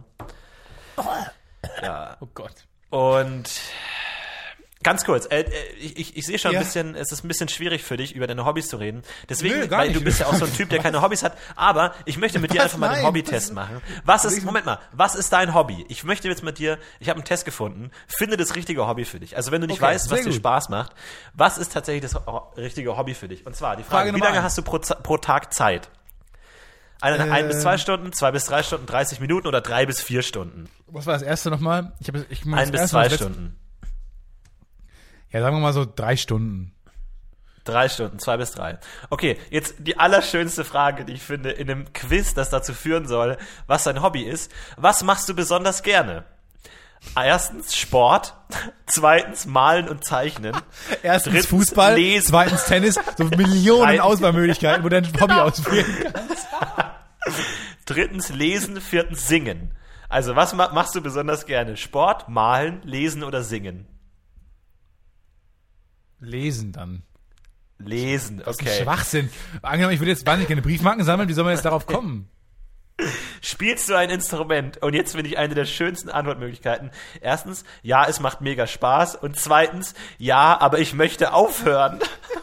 Ja. Oh Gott. Und ganz kurz, ich sehe schon Ja. ein bisschen, es ist ein bisschen schwierig für dich, über deine Hobbys zu reden. Deswegen, Nö, gar weil nicht. du bist ja auch so ein Typ, der keine Hobbys hat. Aber ich möchte mit dir Was? einfach mal einen Nein. Hobbytest machen. Was ist dein Hobby? Ich möchte jetzt mit dir, ich habe einen Test gefunden, finde das richtige Hobby für dich. Also wenn du nicht Okay, weißt, was sehr dir gut. Spaß macht, was ist tatsächlich das richtige Hobby für dich? Und zwar die Frage, Frage wie Nummer lange 1. hast du pro Tag Zeit? 1 bis 2 Stunden, 2 bis 3 Stunden, 30 Minuten oder 3 bis 4 Stunden? Was war das erste nochmal? 1 bis 2 Stunden. Ja, sagen wir mal so 3 Stunden. 3 Stunden, 2 bis 3. Okay, jetzt die allerschönste Frage, die ich finde, in einem Quiz, das dazu führen soll, was dein Hobby ist. Was machst du besonders gerne? Erstens Sport, zweitens Malen und Zeichnen, Erstens Drittens Fußball, Lesen. zweitens Tennis, so Millionen Nein. Auswahlmöglichkeiten, wo dein Hobby auswählen kannst. drittens Lesen, viertens Singen. Also was machst du besonders gerne? Sport, Malen, Lesen oder Singen? Lesen dann. Lesen, Das ist ein okay. Schwachsinn. Angenommen, ich würde jetzt wahnsinnig gerne Briefmarken sammeln, wie soll man jetzt darauf kommen? Spielst du ein Instrument? Und jetzt finde ich eine der schönsten Antwortmöglichkeiten. Erstens, ja, es macht mega Spaß. Und zweitens, ja, aber ich möchte aufhören.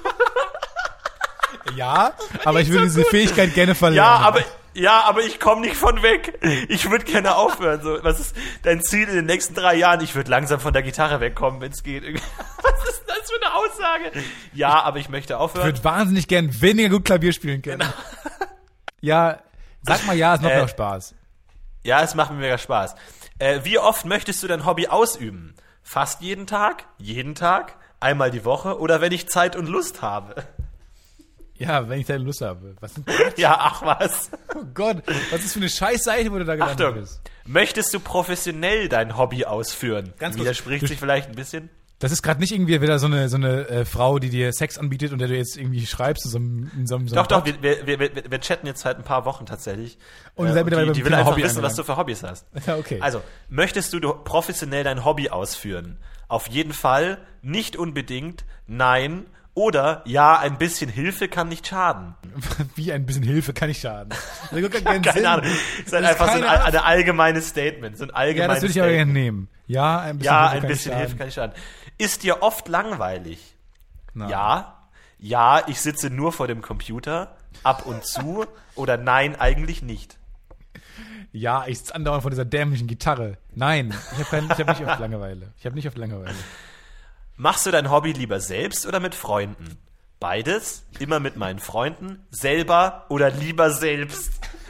Ja, aber ich würde diese Fähigkeit gerne verlernen. Ja, aber ich komme nicht von weg. Ich würde gerne aufhören. So, was ist dein Ziel in den nächsten 3 Jahren? Ich würde langsam von der Gitarre wegkommen, wenn es geht. Was ist das für eine Aussage? Ja, aber ich möchte Ich aufhören. würde wahnsinnig gern weniger gut Klavier spielen können. Genau. Ja, sag mal ja, es macht mir auch Spaß. Ja, es macht mir mega Spaß. Wie oft möchtest du dein Hobby ausüben? Fast jeden Tag? Jeden Tag? Einmal die Woche? Oder wenn ich Zeit und Lust habe? Ja, wenn ich da Lust habe. Was sind, Ja, ach was. oh Gott, was ist für eine Scheißseite, wo du da gelandet Achtung. bist? Möchtest du professionell dein Hobby ausführen? Ganz kurz. Widerspricht sich vielleicht ein bisschen? Das ist gerade nicht irgendwie wieder so eine Frau, die dir Sex anbietet und der du jetzt irgendwie schreibst in so einem Doch, Bot. wir chatten jetzt seit ein paar Wochen tatsächlich. Und ihr seid mittlerweile die beim will Thema einfach Hobby wissen, was angelangt. du für Hobbys hast. Ja, okay. Also, möchtest du professionell dein Hobby ausführen? Auf jeden Fall, nicht unbedingt, nein, oder ja, ein bisschen Hilfe kann nicht schaden. Wie ein bisschen Hilfe kann ich schaden. Das macht gar keinen Sinn. Keine Ahnung. Das ist halt Das ist einfach so keine ein allgemeines Statement. So ein Ja, allgemeines das würde ich aber Statement. gerne nehmen. Ja, ein bisschen Ja, Hilfe ein kann bisschen nicht Hilfe schaden. kann nicht schaden. Ist dir oft langweilig? Nein. Ja, ich sitze nur vor dem Computer, ab und zu, oder nein, eigentlich nicht. Ja, ich sitze andauernd vor dieser dämlichen Gitarre. Nein, ich habe nicht oft Langeweile. Ich habe nicht oft Langeweile. Machst du dein Hobby lieber selbst oder mit Freunden? Beides, immer mit meinen Freunden, selber oder lieber selbst.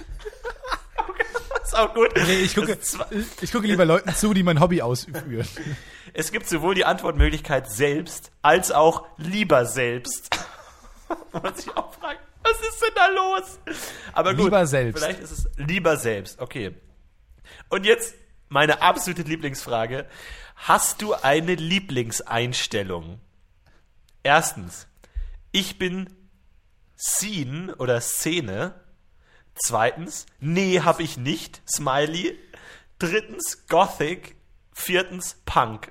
Ist auch gut. Nee, ich gucke lieber Leuten zu, die mein Hobby ausführen. Es gibt sowohl die Antwortmöglichkeit selbst, als auch lieber selbst. Muss ich auch fragen, was ist denn da los? Aber gut, Lieber selbst. vielleicht ist es lieber selbst, okay. Und jetzt meine absolute Lieblingsfrage. Hast du eine Lieblingseinstellung? Erstens, ich bin Scene oder Szene. Zweitens, nee, hab ich nicht, Smiley. Drittens, Gothic. Viertens, Punk.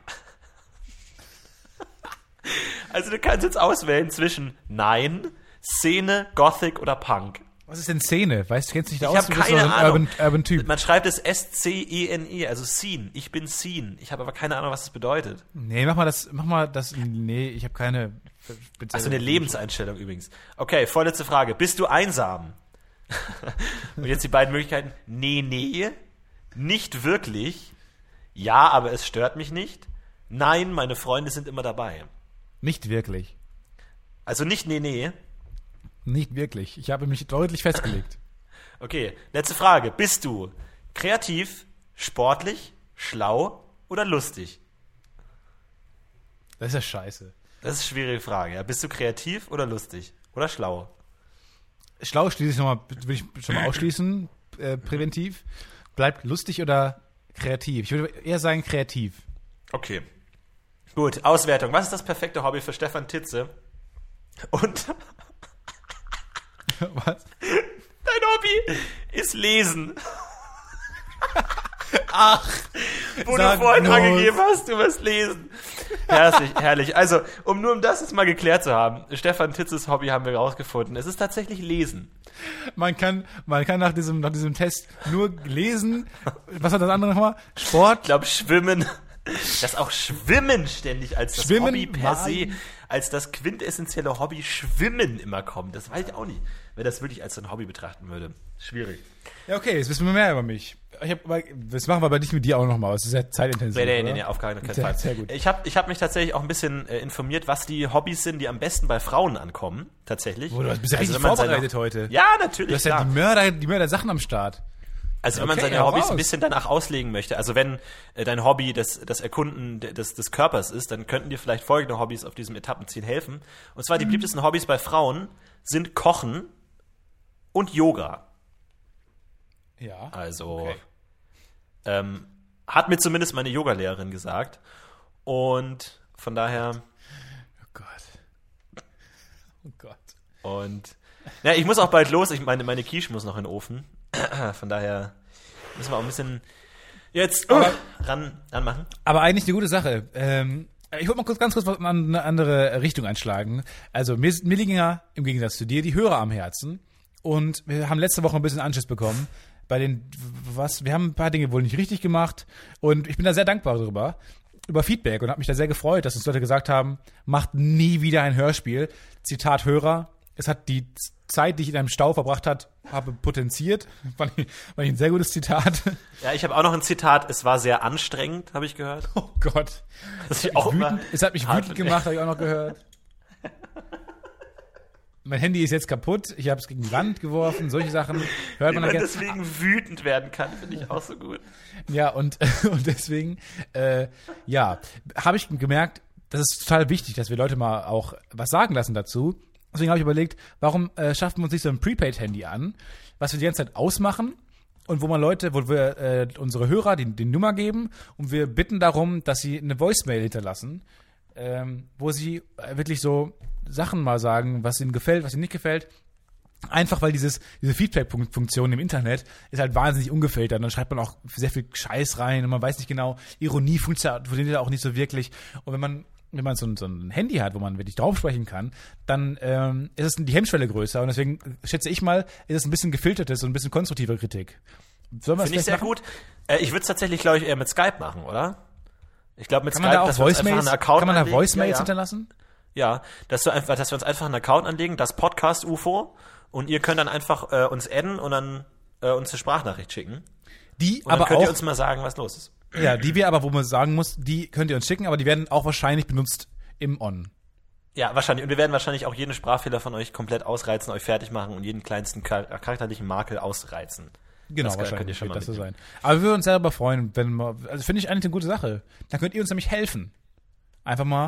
Also du kannst jetzt auswählen zwischen Nein, Szene, Gothic oder Punk. Was ist denn Szene? Weißt du, kennst dich da Ich aus? habe Du bist keine so ein Ahnung. Urban Typ. Man schreibt es S-C-E-N-E, also Scene. Ich bin Scene. Ich habe aber keine Ahnung, was das bedeutet. Nee, nee, ich habe keine spezielle. Achso, eine Lebenseinstellung übrigens. Okay, vorletzte Frage. Bist du einsam? Und jetzt die beiden Möglichkeiten. Nee, nicht wirklich. Ja, aber es stört mich nicht. Nein, meine Freunde sind immer dabei. Nicht wirklich. Also nicht nee. Nicht wirklich. Ich habe mich deutlich festgelegt. Okay, letzte Frage. Bist du kreativ, sportlich, schlau oder lustig? Das ist ja scheiße. Das ist eine schwierige Frage. Ja. Bist du kreativ oder lustig? Oder schlau? Schlau schließe ich würde ich schon mal ausschließen, präventiv. Bleibt lustig oder kreativ? Ich würde eher sagen kreativ. Okay. Gut, Auswertung. Was ist das perfekte Hobby für Stefan Titze? Und Was? dein Hobby ist Lesen. Ach, Wo sag du vorhin bloß. angegeben hast, du wirst lesen. Herrlich. Also, um das jetzt mal geklärt zu haben. Stefan Titzes Hobby haben wir rausgefunden. Es ist tatsächlich Lesen. Man kann nach diesem Test nur lesen. Was hat das andere nochmal? Sport. Ich glaube, Schwimmen. Dass auch Schwimmen ständig als das Schwimmen, Hobby per se, Malen. als das quintessentielle Hobby Schwimmen immer kommt. Das weiß ich auch nicht, wer das wirklich als ein Hobby betrachten würde. Schwierig. Ja, okay, jetzt wissen wir mehr über mich. Das machen wir aber nicht mit dir auch nochmal. Das ist ja zeitintensiv. Nee, oder? auf keinen Sehr, Fall. sehr gut. Ich hab mich tatsächlich auch ein bisschen informiert, was die Hobbys sind, die am besten bei Frauen ankommen. Tatsächlich. Oh, du bist ja richtig wenn man vorbereitet heute. Ja, Du natürlich. hast ja klar. die Mörder Sachen am Start. Also wenn man Okay, seine hau Hobbys raus. ein bisschen danach auslegen möchte, also wenn dein Hobby das Erkunden des Körpers ist, dann könnten dir vielleicht folgende Hobbys auf diesem Etappenziel helfen. Und zwar die beliebtesten Hobbys bei Frauen sind Kochen und Yoga. Ja. Also Okay. hat mir zumindest meine Yogalehrerin gesagt. Und von daher Oh Gott. Oh Gott. und ja, ich muss auch bald los. Ich meine Quiche muss noch in den Ofen. Von daher müssen wir auch ein bisschen jetzt ranmachen. Aber eigentlich eine gute Sache. Ich wollte mal ganz kurz eine andere Richtung einschlagen. Also mir liegen ja im Gegensatz zu dir die Hörer am Herzen. Und wir haben letzte Woche ein bisschen Anschiss bekommen. Wir haben ein paar Dinge wohl nicht richtig gemacht. Und ich bin da sehr dankbar darüber. Über Feedback und habe mich da sehr gefreut, dass uns Leute gesagt haben, macht nie wieder ein Hörspiel. Zitat Hörer. Es hat die Zeit, die ich in einem Stau verbracht habe potenziert. Fand ich ein sehr gutes Zitat. Ja, ich habe auch noch ein Zitat. Es war sehr anstrengend, habe ich gehört. Oh Gott. Es hat mich wütend gemacht, habe ich auch noch gehört. Mein Handy ist jetzt kaputt. Ich habe es gegen die Wand geworfen. Solche Sachen hört man dann gerne. Deswegen wütend werden kann, finde ich auch so gut. Ja, und deswegen, habe ich gemerkt, das ist total wichtig, dass wir Leute mal auch was sagen lassen dazu. Deswegen habe ich überlegt, warum schaffen wir uns nicht so ein Prepaid-Handy an, was wir die ganze Zeit ausmachen und wo wir unsere Hörer die Nummer geben und wir bitten darum, dass sie eine Voicemail hinterlassen, wo sie wirklich so Sachen mal sagen, was ihnen gefällt, was ihnen nicht gefällt. Einfach weil diese Feedback-Funktion im Internet ist halt wahnsinnig ungefiltert. Dann schreibt man auch sehr viel Scheiß rein und man weiß nicht genau, Ironie funktioniert ja auch nicht so wirklich. Und wenn man so ein Handy hat, wo man wirklich drauf sprechen kann, dann ist die Hemmschwelle größer. Und deswegen schätze ich mal, ist es ein bisschen gefiltertes und ein bisschen konstruktive Kritik. Finde ich sehr gut. Ich würde es tatsächlich, glaube ich, eher mit Skype machen, oder? Ich glaube, mit Skype, kann man da Voicemails hinterlassen? Ja, dass wir uns einfach einen Account anlegen, das Podcast UFO, und ihr könnt dann einfach uns adden und dann uns eine Sprachnachricht schicken. Dann könnt ihr uns mal sagen, was los ist. Ja, wo man sagen muss, die könnt ihr uns schicken, aber die werden auch wahrscheinlich benutzt im On. Ja, wahrscheinlich. Und wir werden wahrscheinlich auch jeden Sprachfehler von euch komplett ausreizen, euch fertig machen und jeden kleinsten charakterlichen Makel ausreizen. Genau, das wahrscheinlich könnt ihr schon mal wird das so sein. Aber wir würden uns selber freuen, also finde ich eigentlich eine gute Sache. Dann könnt ihr uns nämlich helfen. Einfach mal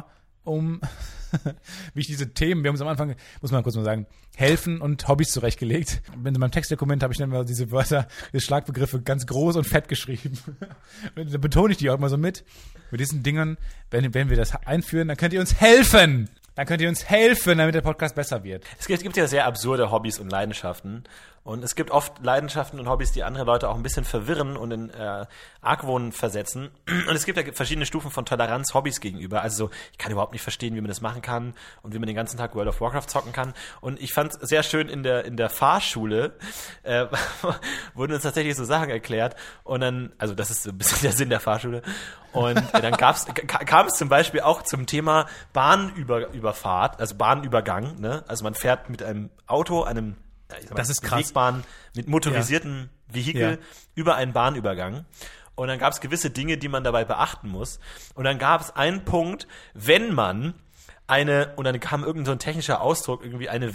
wie ich diese Themen, wir haben uns am Anfang, muss man kurz mal sagen, helfen und Hobbys zurechtgelegt. In meinem Textdokument habe ich dann mal diese Wörter, diese Schlagbegriffe ganz groß und fett geschrieben. Und da betone ich die auch immer so mit diesen Dingern, wenn wir das einführen, dann könnt ihr uns helfen. Damit der Podcast besser wird. Es gibt ja sehr absurde Hobbys und Leidenschaften. Und es gibt oft Leidenschaften und Hobbys, die andere Leute auch ein bisschen verwirren und in Argwohn versetzen. Und es gibt ja verschiedene Stufen von Toleranz Hobbys gegenüber. Also so, ich kann überhaupt nicht verstehen, wie man das machen kann und wie man den ganzen Tag World of Warcraft zocken kann. Und ich fand es sehr schön in der Fahrschule, wurden uns tatsächlich so Sachen erklärt. Und dann, also das ist so ein bisschen der Sinn der Fahrschule. Und dann kam es zum Beispiel auch zum Thema Bahnüberfahrt, also Bahnübergang. Ne? Also man fährt mit einem Auto, das ist krass. Wegbahn mit motorisierten Vehikel über einen Bahnübergang. Und dann gab es gewisse Dinge, die man dabei beachten muss. Und dann gab es einen Punkt, wenn man und dann kam irgend so ein technischer Ausdruck, irgendwie eine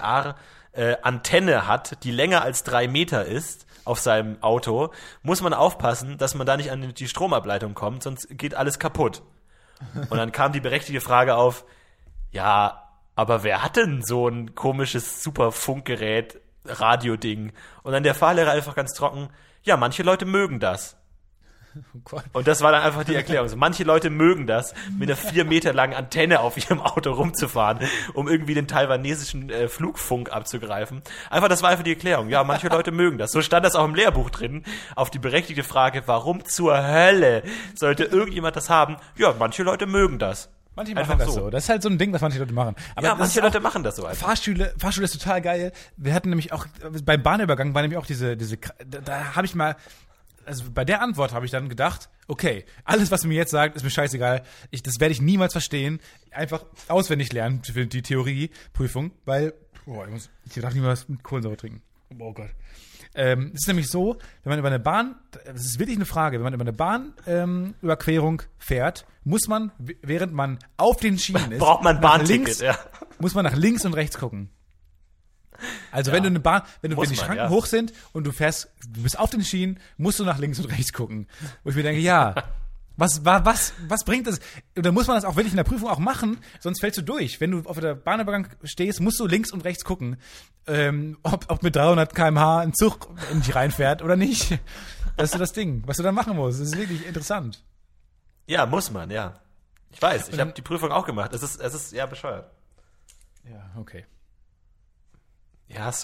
WCR-Antenne hat, die länger als 3 Meter ist auf seinem Auto, muss man aufpassen, dass man da nicht an die Stromableitung kommt, sonst geht alles kaputt. Und dann kam die berechtigte Frage auf, ja, aber wer hat denn so ein komisches Super-Funkgerät, Radio-Ding? Und dann der Fahrlehrer einfach ganz trocken, ja, manche Leute mögen das. Oh Gott. Und das war dann einfach die Erklärung. So, manche Leute mögen das, mit einer 4 Meter langen Antenne auf ihrem Auto rumzufahren, um irgendwie den taiwanesischen Flugfunk abzugreifen. Das war einfach die Erklärung. Ja, manche Leute mögen das. So stand das auch im Lehrbuch drin, auf die berechtigte Frage, warum zur Hölle sollte irgendjemand das haben? Ja, manche Leute mögen das. Manche machen das so. Das ist halt so ein Ding, was manche Leute machen. Aber ja, manche Leute machen das so einfach. Fahrschule ist total geil. Wir hatten nämlich auch, beim Bahnübergang war nämlich auch da habe ich mal, also bei der Antwort habe ich dann gedacht, okay, alles, was du mir jetzt sagt, ist mir scheißegal. Das werde ich niemals verstehen. Einfach auswendig lernen für die Theorieprüfung, weil, ich darf niemals mit Kohlensäure trinken. Oh Gott. Es ist nämlich so, wenn man über eine Bahn, das ist wirklich eine Frage, wenn man über eine Bahnüberquerung fährt, muss man, während man auf den Schienen ist, braucht man ein Bahnticket, muss man nach links und rechts gucken. Also wenn die Schranken hoch sind und du bist auf den Schienen, musst du nach links und rechts gucken. Wo ich mir denke, ja, was bringt das? Oder muss man das auch wirklich in der Prüfung auch machen, sonst fällst du durch. Wenn du auf der Bahnübergang stehst, musst du links und rechts gucken, ob mit 300 km/h ein Zug in dich reinfährt oder nicht. Das ist so das Ding, was du dann machen musst. Das ist wirklich interessant. Ja, muss man, ja. Ich weiß, ich habe die Prüfung auch gemacht. Es ist ja bescheuert. Ja, okay. Ja, sorry.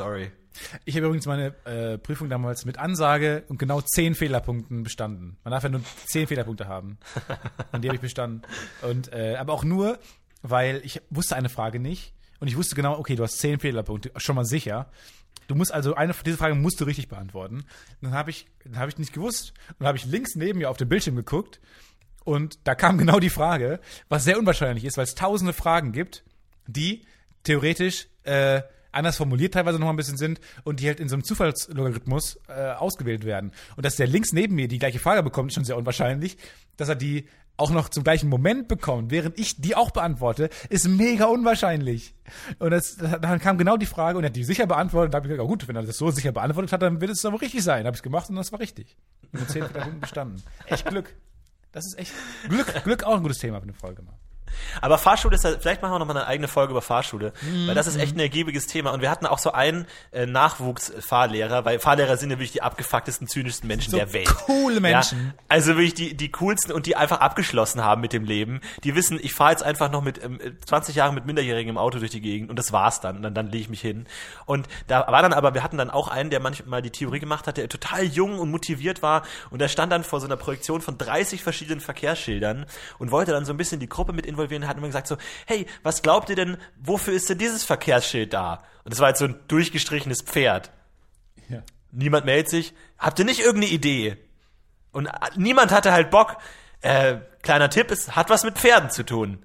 Ich habe übrigens meine Prüfung damals mit Ansage und genau 10 Fehlerpunkten bestanden. Man darf ja nur 10 Fehlerpunkte haben. Und die habe ich bestanden. Und, aber auch nur, weil ich wusste eine Frage nicht. Und ich wusste genau, okay, du hast 10 Fehlerpunkte, schon mal sicher. Du musst also, diese Frage musst du richtig beantworten. Dann habe ich nicht gewusst. Und dann habe ich links neben mir auf dem Bildschirm geguckt. Und da kam genau die Frage, was sehr unwahrscheinlich ist, weil es tausende Fragen gibt, die theoretisch anders formuliert teilweise noch ein bisschen sind und die halt in so einem Zufallslogarithmus ausgewählt werden. Und dass der links neben mir die gleiche Frage bekommt, ist schon sehr unwahrscheinlich. Dass er die auch noch zum gleichen Moment bekommt, während ich die auch beantworte, ist mega unwahrscheinlich. Und dann kam genau die Frage und er hat die sicher beantwortet. Da habe ich gesagt, gut, wenn er das so sicher beantwortet hat, dann wird es aber richtig sein. Da habe ich es gemacht und das war richtig. Mit 10 Punkten bestanden. Echt Glück. Das ist echt Glück auch ein gutes Thema für eine Folge mal. Aber Fahrschule ist vielleicht machen wir noch mal eine eigene Folge über Fahrschule, weil das ist echt ein ergiebiges Thema und wir hatten auch so einen Nachwuchsfahrlehrer, weil Fahrlehrer sind ja wirklich die abgefucktesten, zynischsten Menschen so der Welt. Coole Menschen. Ja, also wirklich die coolsten und die einfach abgeschlossen haben mit dem Leben. Die wissen, ich fahre jetzt einfach noch mit 20 Jahren mit Minderjährigen im Auto durch die Gegend und das war's dann. Und dann lege ich mich hin. Und da war dann aber, wir hatten dann auch einen, der manchmal die Theorie gemacht hat, der total jung und motiviert war und der stand dann vor so einer Projektion von 30 verschiedenen Verkehrsschildern und wollte dann so ein bisschen die Gruppe mit involvieren, hat immer gesagt so, hey, was glaubt ihr denn, wofür ist denn dieses Verkehrsschild da? Und das war jetzt so ein durchgestrichenes Pferd. Ja. Niemand meldet sich. Habt ihr nicht irgendeine Idee? Und niemand hatte halt Bock. Kleiner Tipp, es hat was mit Pferden zu tun.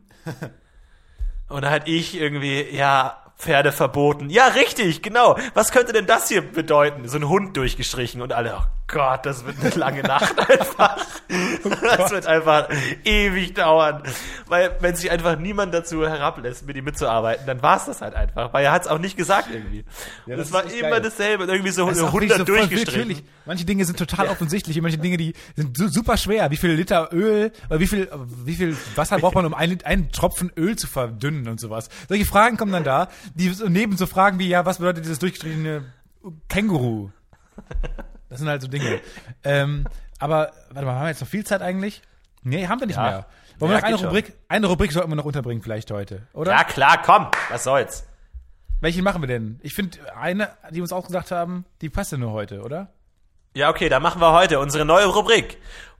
Und da hatte ich irgendwie, ja, Pferde verboten. Ja, richtig, genau. Was könnte denn das hier bedeuten? So ein Hund durchgestrichen und alle, oh Gott, das wird eine lange Nacht einfach. Das wird einfach ewig dauern. Weil, wenn sich einfach niemand dazu herablässt, mit ihm mitzuarbeiten, dann war es das halt einfach. Weil er hat es auch nicht gesagt irgendwie. Ja, das war immer geil. Dasselbe. Und irgendwie so 100 so durchgestrichen. Manche Dinge sind total offensichtlich und manche Dinge, die sind super schwer. Wie viel Liter Öl, oder wie viel Wasser braucht man, um einen Tropfen Öl zu verdünnen und sowas. Solche Fragen kommen dann da, die neben so Fragen wie, ja, was bedeutet dieses durchgestrichene Känguru? Das sind halt so Dinge. Aber, warte mal, haben wir jetzt noch viel Zeit eigentlich? Nee, haben wir nicht mehr. Wollen wir noch eine Rubrik sollten wir noch unterbringen vielleicht heute, oder? Ja, klar, komm, was soll's. Welche machen wir denn? Ich finde, eine, die uns auch gesagt haben, die passt ja nur heute, oder? Ja, okay, dann machen wir heute unsere neue Rubrik.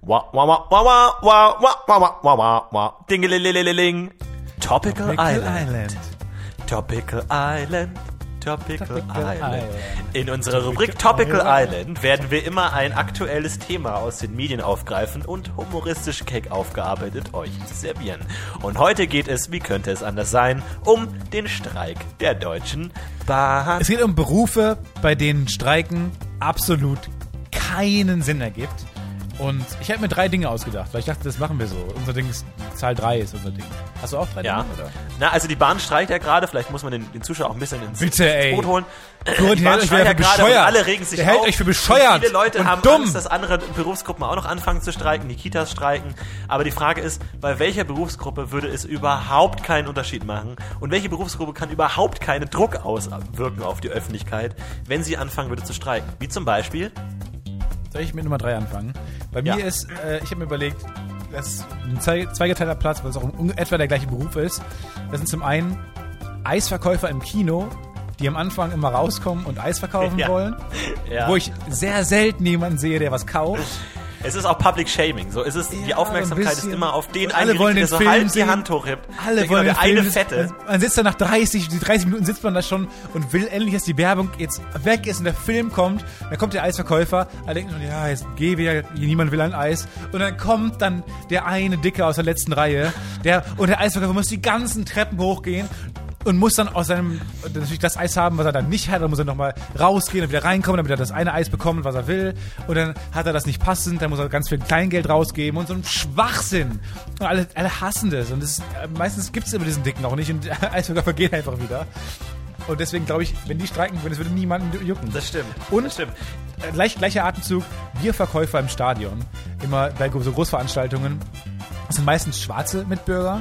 Dingelilililing. Topical Island. Topical Island. Topical Island. In unserer Rubrik Topical Island werden wir immer ein aktuelles Thema aus den Medien aufgreifen und humoristisch keck aufgearbeitet euch servieren. Und heute geht es, wie könnte es anders sein, um den Streik der Deutschen Bahn. Es geht um Berufe, bei denen Streiken absolut keinen Sinn ergibt. Und ich habe mir 3 Dinge ausgedacht, weil ich dachte, das machen wir so. Unser Ding ist, Zahl 3 ist unser Ding. Hast du auch 3 Dinge? Oder? Na, also die Bahn streikt ja gerade, vielleicht muss man den Zuschauer auch ein bisschen ins Boot holen. Die Bahn streikt ja gerade und alle regen sich auf. Der hält euch für bescheuert. Viele Leute und haben dumm. Angst, dass andere Berufsgruppen auch noch anfangen zu streiken, die Kitas streiken. Aber die Frage ist, bei welcher Berufsgruppe würde es überhaupt keinen Unterschied machen? Und welche Berufsgruppe kann überhaupt keinen Druck auswirken auf die Öffentlichkeit, wenn sie anfangen würde zu streiken? Wie zum Beispiel... Soll ich mit Nummer 3 anfangen? Bei mir ist, ich habe mir überlegt, das ist ein zweigeteilter Platz, weil es auch etwa der gleiche Beruf ist. Das sind zum einen Eisverkäufer im Kino, die am Anfang immer rauskommen und Eis verkaufen wollen. Ja. Wo ich sehr selten jemanden sehe, der was kauft. Es ist auch Public Shaming. So ist es, die Aufmerksamkeit ist immer auf den eingerichtet, der so halb die Hand hochhebt. Alle wollen den eine Film Fette. Man sitzt da nach 30 Minuten sitzt man da schon und will endlich, dass die Werbung jetzt weg ist und der Film kommt. Dann kommt der Eisverkäufer, alle denken schon, ja, jetzt geh wieder, niemand will ein Eis. Und dann kommt dann der eine Dicke aus der letzten Reihe, und der Eisverkäufer muss die ganzen Treppen hochgehen und muss dann aus seinem, natürlich das Eis haben, was er dann nicht hat. Dann muss er nochmal rausgehen und wieder reinkommen, damit er das eine Eis bekommt, was er will. Und dann hat er das nicht passend, dann muss er ganz viel Kleingeld rausgeben und so ein Schwachsinn. Und alle hassen das. Und das ist, meistens gibt es immer diesen Dicken auch nicht und der Eisverkäufer geht einfach wieder. Und deswegen glaube ich, wenn die streiken würden, es würde niemanden jucken. Das stimmt. Und gleicher Atemzug, Bierverkäufer im Stadion. Immer bei so Großveranstaltungen. Das sind meistens schwarze Mitbürger,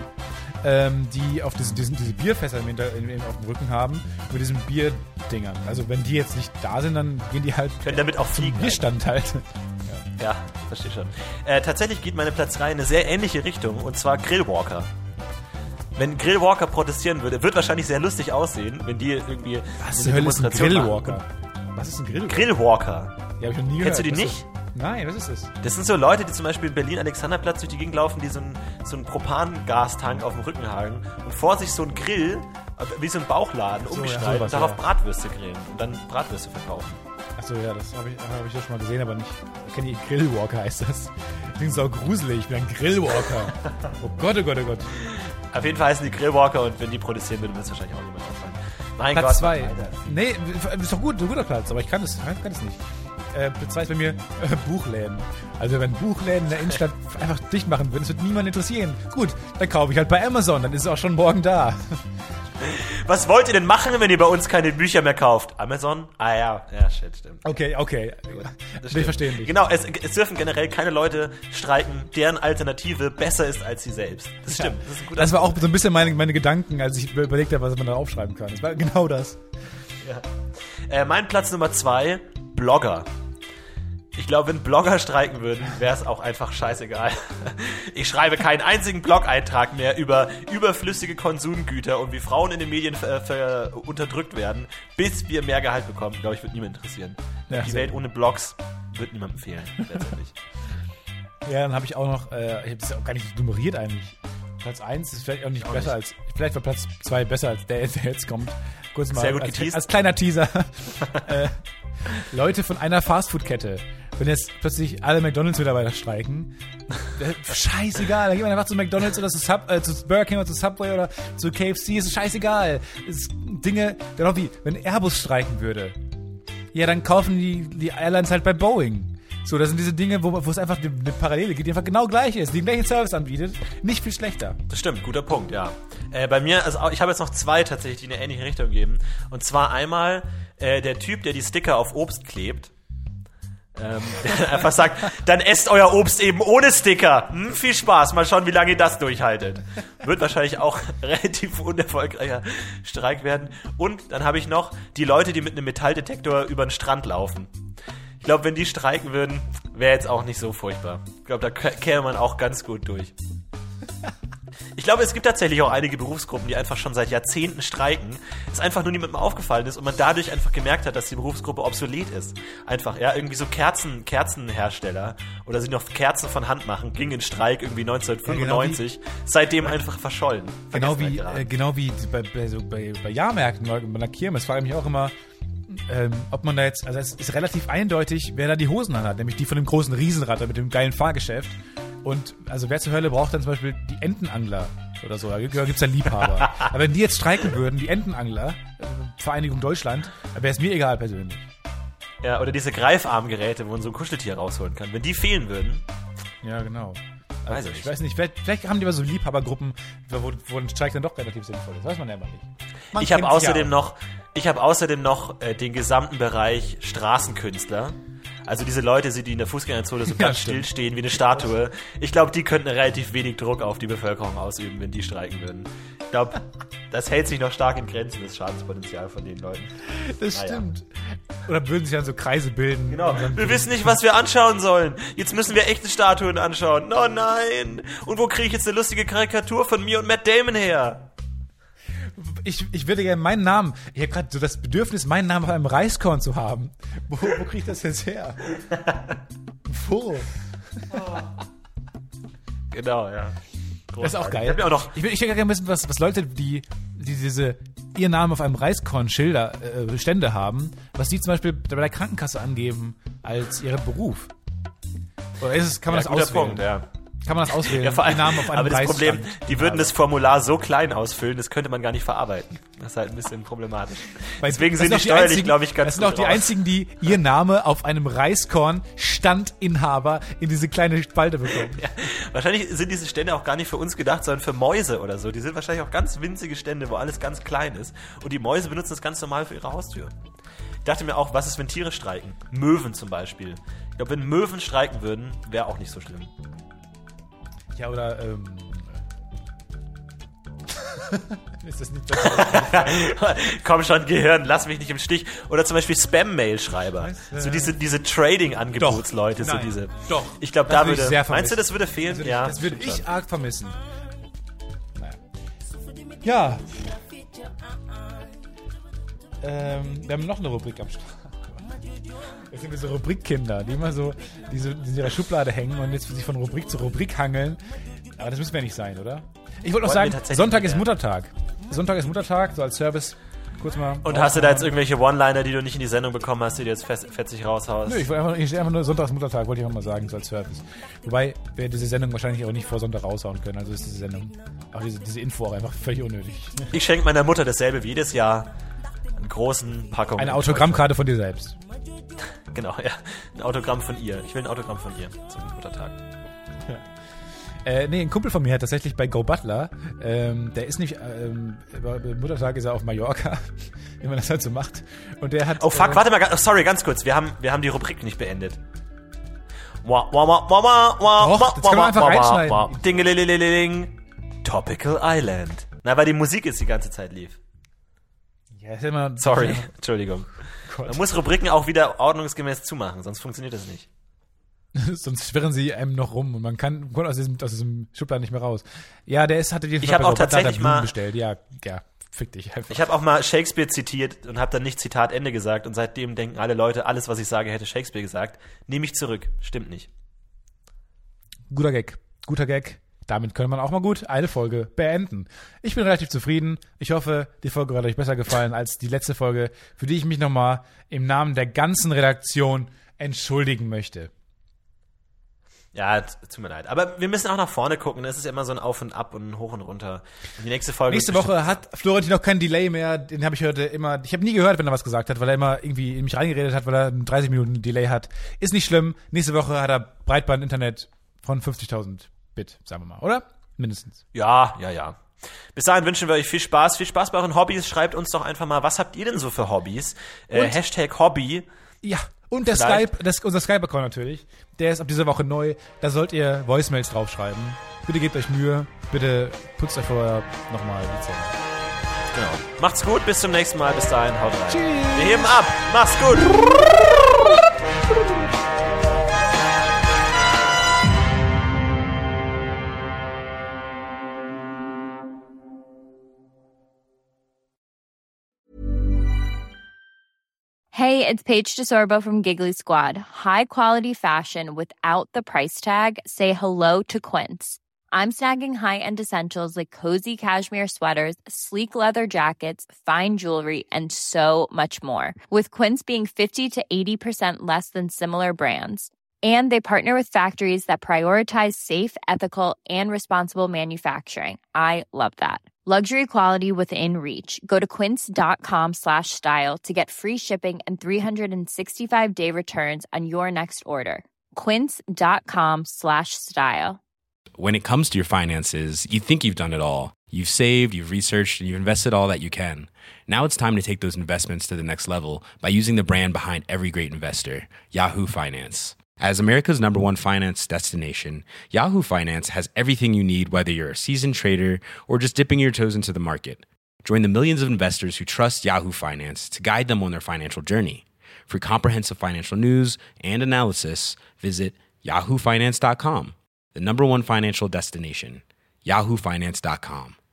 die auf diese Bierfässer auf dem Rücken haben, mit diesen Bierdingern. Also wenn die jetzt nicht da sind, dann gehen die halt können damit auch fliegen. Bierstand halt. Ja, verstehe schon. Tatsächlich geht meine Platz 3 in eine sehr ähnliche Richtung, und zwar Grillwalker. Wenn Grillwalker protestieren würde, wird wahrscheinlich sehr lustig aussehen, wenn die irgendwie was eine Demonstration Grillwalker? Was ist ein Grillwalker? Grillwalker. Die hab ich noch nie Kennst du gehört. die Was nicht? Nein, was ist das? Das sind so Leute, die zum Beispiel in Berlin-Alexanderplatz durch die Gegend laufen, die so einen Propangastank auf dem Rücken haben und vor sich so einen Grill, wie so ein Bauchladen, umgeschnallt sowas, und darauf ja. Bratwürste grillen und dann Bratwürste verkaufen. Achso, ja, das habe ich ja schon mal gesehen, aber nicht. Ich kenne die Grillwalker, heißt das. Klingt so gruselig, ich bin ein Grillwalker. Oh Gott, oh Gott, oh Gott. Auf jeden Fall heißen die Grillwalker und wenn die produzieren würden, würde es wahrscheinlich auch niemand auffallen. Mein Platz Gott. 2. Alter. Nee, ist doch gut, ein guter Platz, aber ich kann es nicht. Platz 2 ist bei mir Buchläden. Also wenn Buchläden in der Innenstadt einfach dicht machen würden, das wird niemand interessieren. Gut, dann kaufe ich halt bei Amazon, dann ist es auch schon morgen da. Was wollt ihr denn machen, wenn ihr bei uns keine Bücher mehr kauft? Amazon? Ah ja, shit, stimmt. Okay. Das Wir verstehen dich. Genau, es dürfen generell keine Leute streiken, deren Alternative besser ist als sie selbst. Das stimmt. Das ist ein guter Das war auch so ein bisschen meine Gedanken, als ich überlegt habe, was man da aufschreiben kann. Das war genau das. Ja. Mein Platz Nummer 2, Blogger. Ich glaube, wenn Blogger streiken würden, wäre es auch einfach scheißegal. Ich schreibe keinen einzigen Blog-Eintrag mehr über überflüssige Konsumgüter und wie Frauen in den Medien unterdrückt werden, bis wir mehr Gehalt bekommen. Ich glaube, ich würde niemand interessieren. Ja, Die Welt ohne Blogs wird niemandem fehlen, letztendlich. Ja, dann habe ich auch noch, ich habe das ja auch gar nicht nummeriert eigentlich. Platz 1 ist vielleicht auch nicht besser als, vielleicht war Platz 2 besser als der jetzt kommt. Kurz mal Sehr gut geteased. als kleiner Teaser. Leute von einer Fastfood-Kette. Wenn jetzt plötzlich alle McDonalds-Mitarbeiter streiken, scheißegal, dann geht man einfach zu McDonalds oder zu Burger King oder zu Subway oder zu KFC, ist scheißegal. Es ist Dinge, genau wie, wenn Airbus streiken würde, ja, dann kaufen die Airlines halt bei Boeing. So, das sind diese Dinge, wo es einfach eine Parallele gibt, die einfach genau gleich ist, die den gleichen Service anbietet, nicht viel schlechter. Das stimmt, guter Punkt, ja. Bei mir, also ich habe jetzt noch 2 tatsächlich, die in eine ähnliche Richtung gehen. Und zwar einmal der Typ, der die Sticker auf Obst klebt. Der einfach sagt, dann esst euer Obst eben ohne Sticker. Viel Spaß, mal schauen, wie lange ihr das durchhaltet. Wird wahrscheinlich auch relativ unerfolgreicher Streik werden. Und dann habe ich noch die Leute, die mit einem Metalldetektor über den Strand laufen. Ich glaube, wenn die streiken würden, wäre jetzt auch nicht so furchtbar. Ich glaube, da käme man auch ganz gut durch. Ich glaube, es gibt tatsächlich auch einige Berufsgruppen, die einfach schon seit Jahrzehnten streiken, es einfach nur niemandem aufgefallen ist und man dadurch einfach gemerkt hat, dass die Berufsgruppe obsolet ist. Einfach, ja, irgendwie so Kerzenhersteller oder sie noch Kerzen von Hand machen, ging in Streik irgendwie 1995, seitdem einfach verschollen. Genau wie bei Jahrmärkten, bei der Kirmes, frage ich mich auch immer, ob man da jetzt, also es ist relativ eindeutig, wer da die Hosen anhat, nämlich die von dem großen Riesenrad mit dem geilen Fahrgeschäft. Und also wer zur Hölle braucht dann zum Beispiel die Entenangler oder so, da gibt's ja Liebhaber. Aber wenn die jetzt streiken würden, die Entenangler, Vereinigung Deutschland, wäre es mir egal persönlich. Ja, oder diese Greifarmgeräte, wo man so ein Kuscheltier rausholen kann. Wenn die fehlen würden. Ja, genau. Also ich weiß nicht, vielleicht haben die aber so Liebhabergruppen, wo ein Streik dann doch relativ sinnvoll ist. Weiß man ja immer nicht. Ich habe außerdem noch den gesamten Bereich Straßenkünstler. Also diese Leute, die in der Fußgängerzone so ganz still stehen wie eine Statue. Ich glaube, die könnten relativ wenig Druck auf die Bevölkerung ausüben, wenn die streiken würden. Ich glaube, das hält sich noch stark in Grenzen, das Schadenspotenzial von den Leuten. Das stimmt. Oder würden sich dann so Kreise bilden. Genau. Wir wissen nicht, was wir anschauen sollen. Jetzt müssen wir echte Statuen anschauen. Oh nein. Und wo kriege ich jetzt eine lustige Karikatur von mir und Matt Damon her? Ich würde gerne meinen Namen, ich habe gerade so das Bedürfnis, meinen Namen auf einem Reiskorn zu haben. Wo kriege ich das jetzt her? Wo? Genau, ja. Das ist auch geil. Ich, auch ich würde gerne wissen, was Leute, die ihr Namen auf einem Reiskorn-Stände haben, was die zum Beispiel bei der Krankenkasse angeben als ihren Beruf. Oder kann man das auswählen? Punkt, ja. Kann man das auswählen? Ja, vor allem, Namen auf einem aber das Problem, die würden das Formular so klein ausfüllen, das könnte man gar nicht verarbeiten. Das ist halt ein bisschen problematisch. Deswegen sind die steuerlich, glaube ich, ganz gut. Das sind auch die einzigen, die ihr Name auf einem Reiskorn Standinhaber in diese kleine Spalte bekommen. Ja, wahrscheinlich sind diese Stände auch gar nicht für uns gedacht, sondern für Mäuse oder so. Die sind wahrscheinlich auch ganz winzige Stände, wo alles ganz klein ist. Und die Mäuse benutzen das ganz normal für ihre Haustür. Ich dachte mir auch, was ist, wenn Tiere streiken? Möwen zum Beispiel. Ich glaube, wenn Möwen streiken würden, wäre auch nicht so schlimm. Ja, oder, ist das nicht Komm schon, Gehirn, lass mich nicht im Stich. Oder zum Beispiel Spam-Mail-Schreiber. So diese Trading-Angebotsleute. So diese. Doch. Ich glaube, da würde. Meinst du, das würde fehlen? Das würde ich arg vermissen. Naja. Ja. Wir haben noch eine Rubrik am Start. Das sind diese Rubrikkinder, die immer so in ihrer Schublade hängen und jetzt sich von Rubrik zu Rubrik hangeln. Aber das müssen wir nicht sein, oder? Ich wollte noch sagen, Sonntag ist Muttertag. Sonntag ist Muttertag, so als Service. Kurz mal. Und hast du da jetzt irgendwelche One-Liner, die du nicht in die Sendung bekommen hast, die du jetzt fetzig raushaust? Nö, ich stehe einfach nur Sonntag ist Muttertag, wollte ich auch mal sagen, so als Service. Wobei wir diese Sendung wahrscheinlich auch nicht vor Sonntag raushauen können. Also ist diese Sendung, auch diese Info auch einfach völlig unnötig. Ich schenke meiner Mutter dasselbe wie jedes Jahr. Einen großen Packung. Eine Autogrammkarte von dir selbst. Genau, ja. Ein Autogramm von ihr. Ich will ein Autogramm von ihr zum Muttertag. Ja. Ein Kumpel von mir hat tatsächlich bei Go Butler, der ist nicht, über Muttertag ist er auf Mallorca, wie man das halt so macht. Und der hat. Oh fuck, warte mal, sorry, ganz kurz. Wir haben die Rubrik nicht beendet. Doch, das kann man einfach reinschneiden. Dingelilililing. Topical Island. Na, weil die Musik jetzt die ganze Zeit lief. Ja, ist immer. Sorry, Entschuldigung. Gott. Man muss Rubriken auch wieder ordnungsgemäß zumachen, sonst funktioniert das nicht. Sonst schwirren sie einem noch rum und man kommt aus diesem Schubladen nicht mehr raus. Ja, hatte die. Ich habe auch tatsächlich mal bestellt. Ja, fick dich einfach. Ich habe auch mal Shakespeare zitiert und habe dann nicht Zitat Ende gesagt und seitdem denken alle Leute, alles was ich sage, hätte Shakespeare gesagt. Nehme ich zurück. Stimmt nicht. Guter Gag. Damit könnte man auch mal gut eine Folge beenden. Ich bin relativ zufrieden. Ich hoffe, die Folge hat euch besser gefallen als die letzte Folge, für die ich mich nochmal im Namen der ganzen Redaktion entschuldigen möchte. Ja, tut mir leid. Aber wir müssen auch nach vorne gucken. Es ist ja immer so ein Auf und Ab und ein Hoch und Runter. Und die nächste Folge. Nächste Woche hat Florentin noch keinen Delay mehr. Den habe ich heute immer. Ich habe nie gehört, wenn er was gesagt hat, weil er immer irgendwie in mich reingeredet hat, weil er einen 30 Minuten Delay hat. Ist nicht schlimm. Nächste Woche hat er Breitband-Internet von 50.000 Bit, sagen wir mal, oder? Mindestens. Ja. Bis dahin wünschen wir euch viel Spaß. Viel Spaß bei euren Hobbys. Schreibt uns doch einfach mal, was habt ihr denn so für Hobbys? Hashtag Hobby. Ja, und unser Skype-Account natürlich. Der ist ab dieser Woche neu. Da sollt ihr Voicemails draufschreiben. Bitte gebt euch Mühe. Bitte putzt euch vorher nochmal die Zähne. Genau. Macht's gut. Bis zum nächsten Mal. Bis dahin. Haut rein. Tschüss. Wir heben ab. Macht's gut. Hey, it's Paige DeSorbo from Giggly Squad. High quality fashion without the price tag. Say hello to Quince. I'm snagging high-end essentials like cozy cashmere sweaters, sleek leather jackets, fine jewelry, and so much more. With Quince being 50 to 80% less than similar brands. And they partner with factories that prioritize safe, ethical, and responsible manufacturing. I love that. Luxury quality within reach. Go to quince.com/style to get free shipping and 365-day returns on your next order. Quince.com/style. When it comes to your finances, you think you've done it all. You've saved, you've researched, and you've invested all that you can. Now it's time to take those investments to the next level by using the brand behind every great investor, Yahoo Finance. As America's #1 finance destination, Yahoo Finance has everything you need, whether you're a seasoned trader or just dipping your toes into the market. Join the millions of investors who trust Yahoo Finance to guide them on their financial journey. For comprehensive financial news and analysis, visit yahoofinance.com, the #1 financial destination, yahoofinance.com.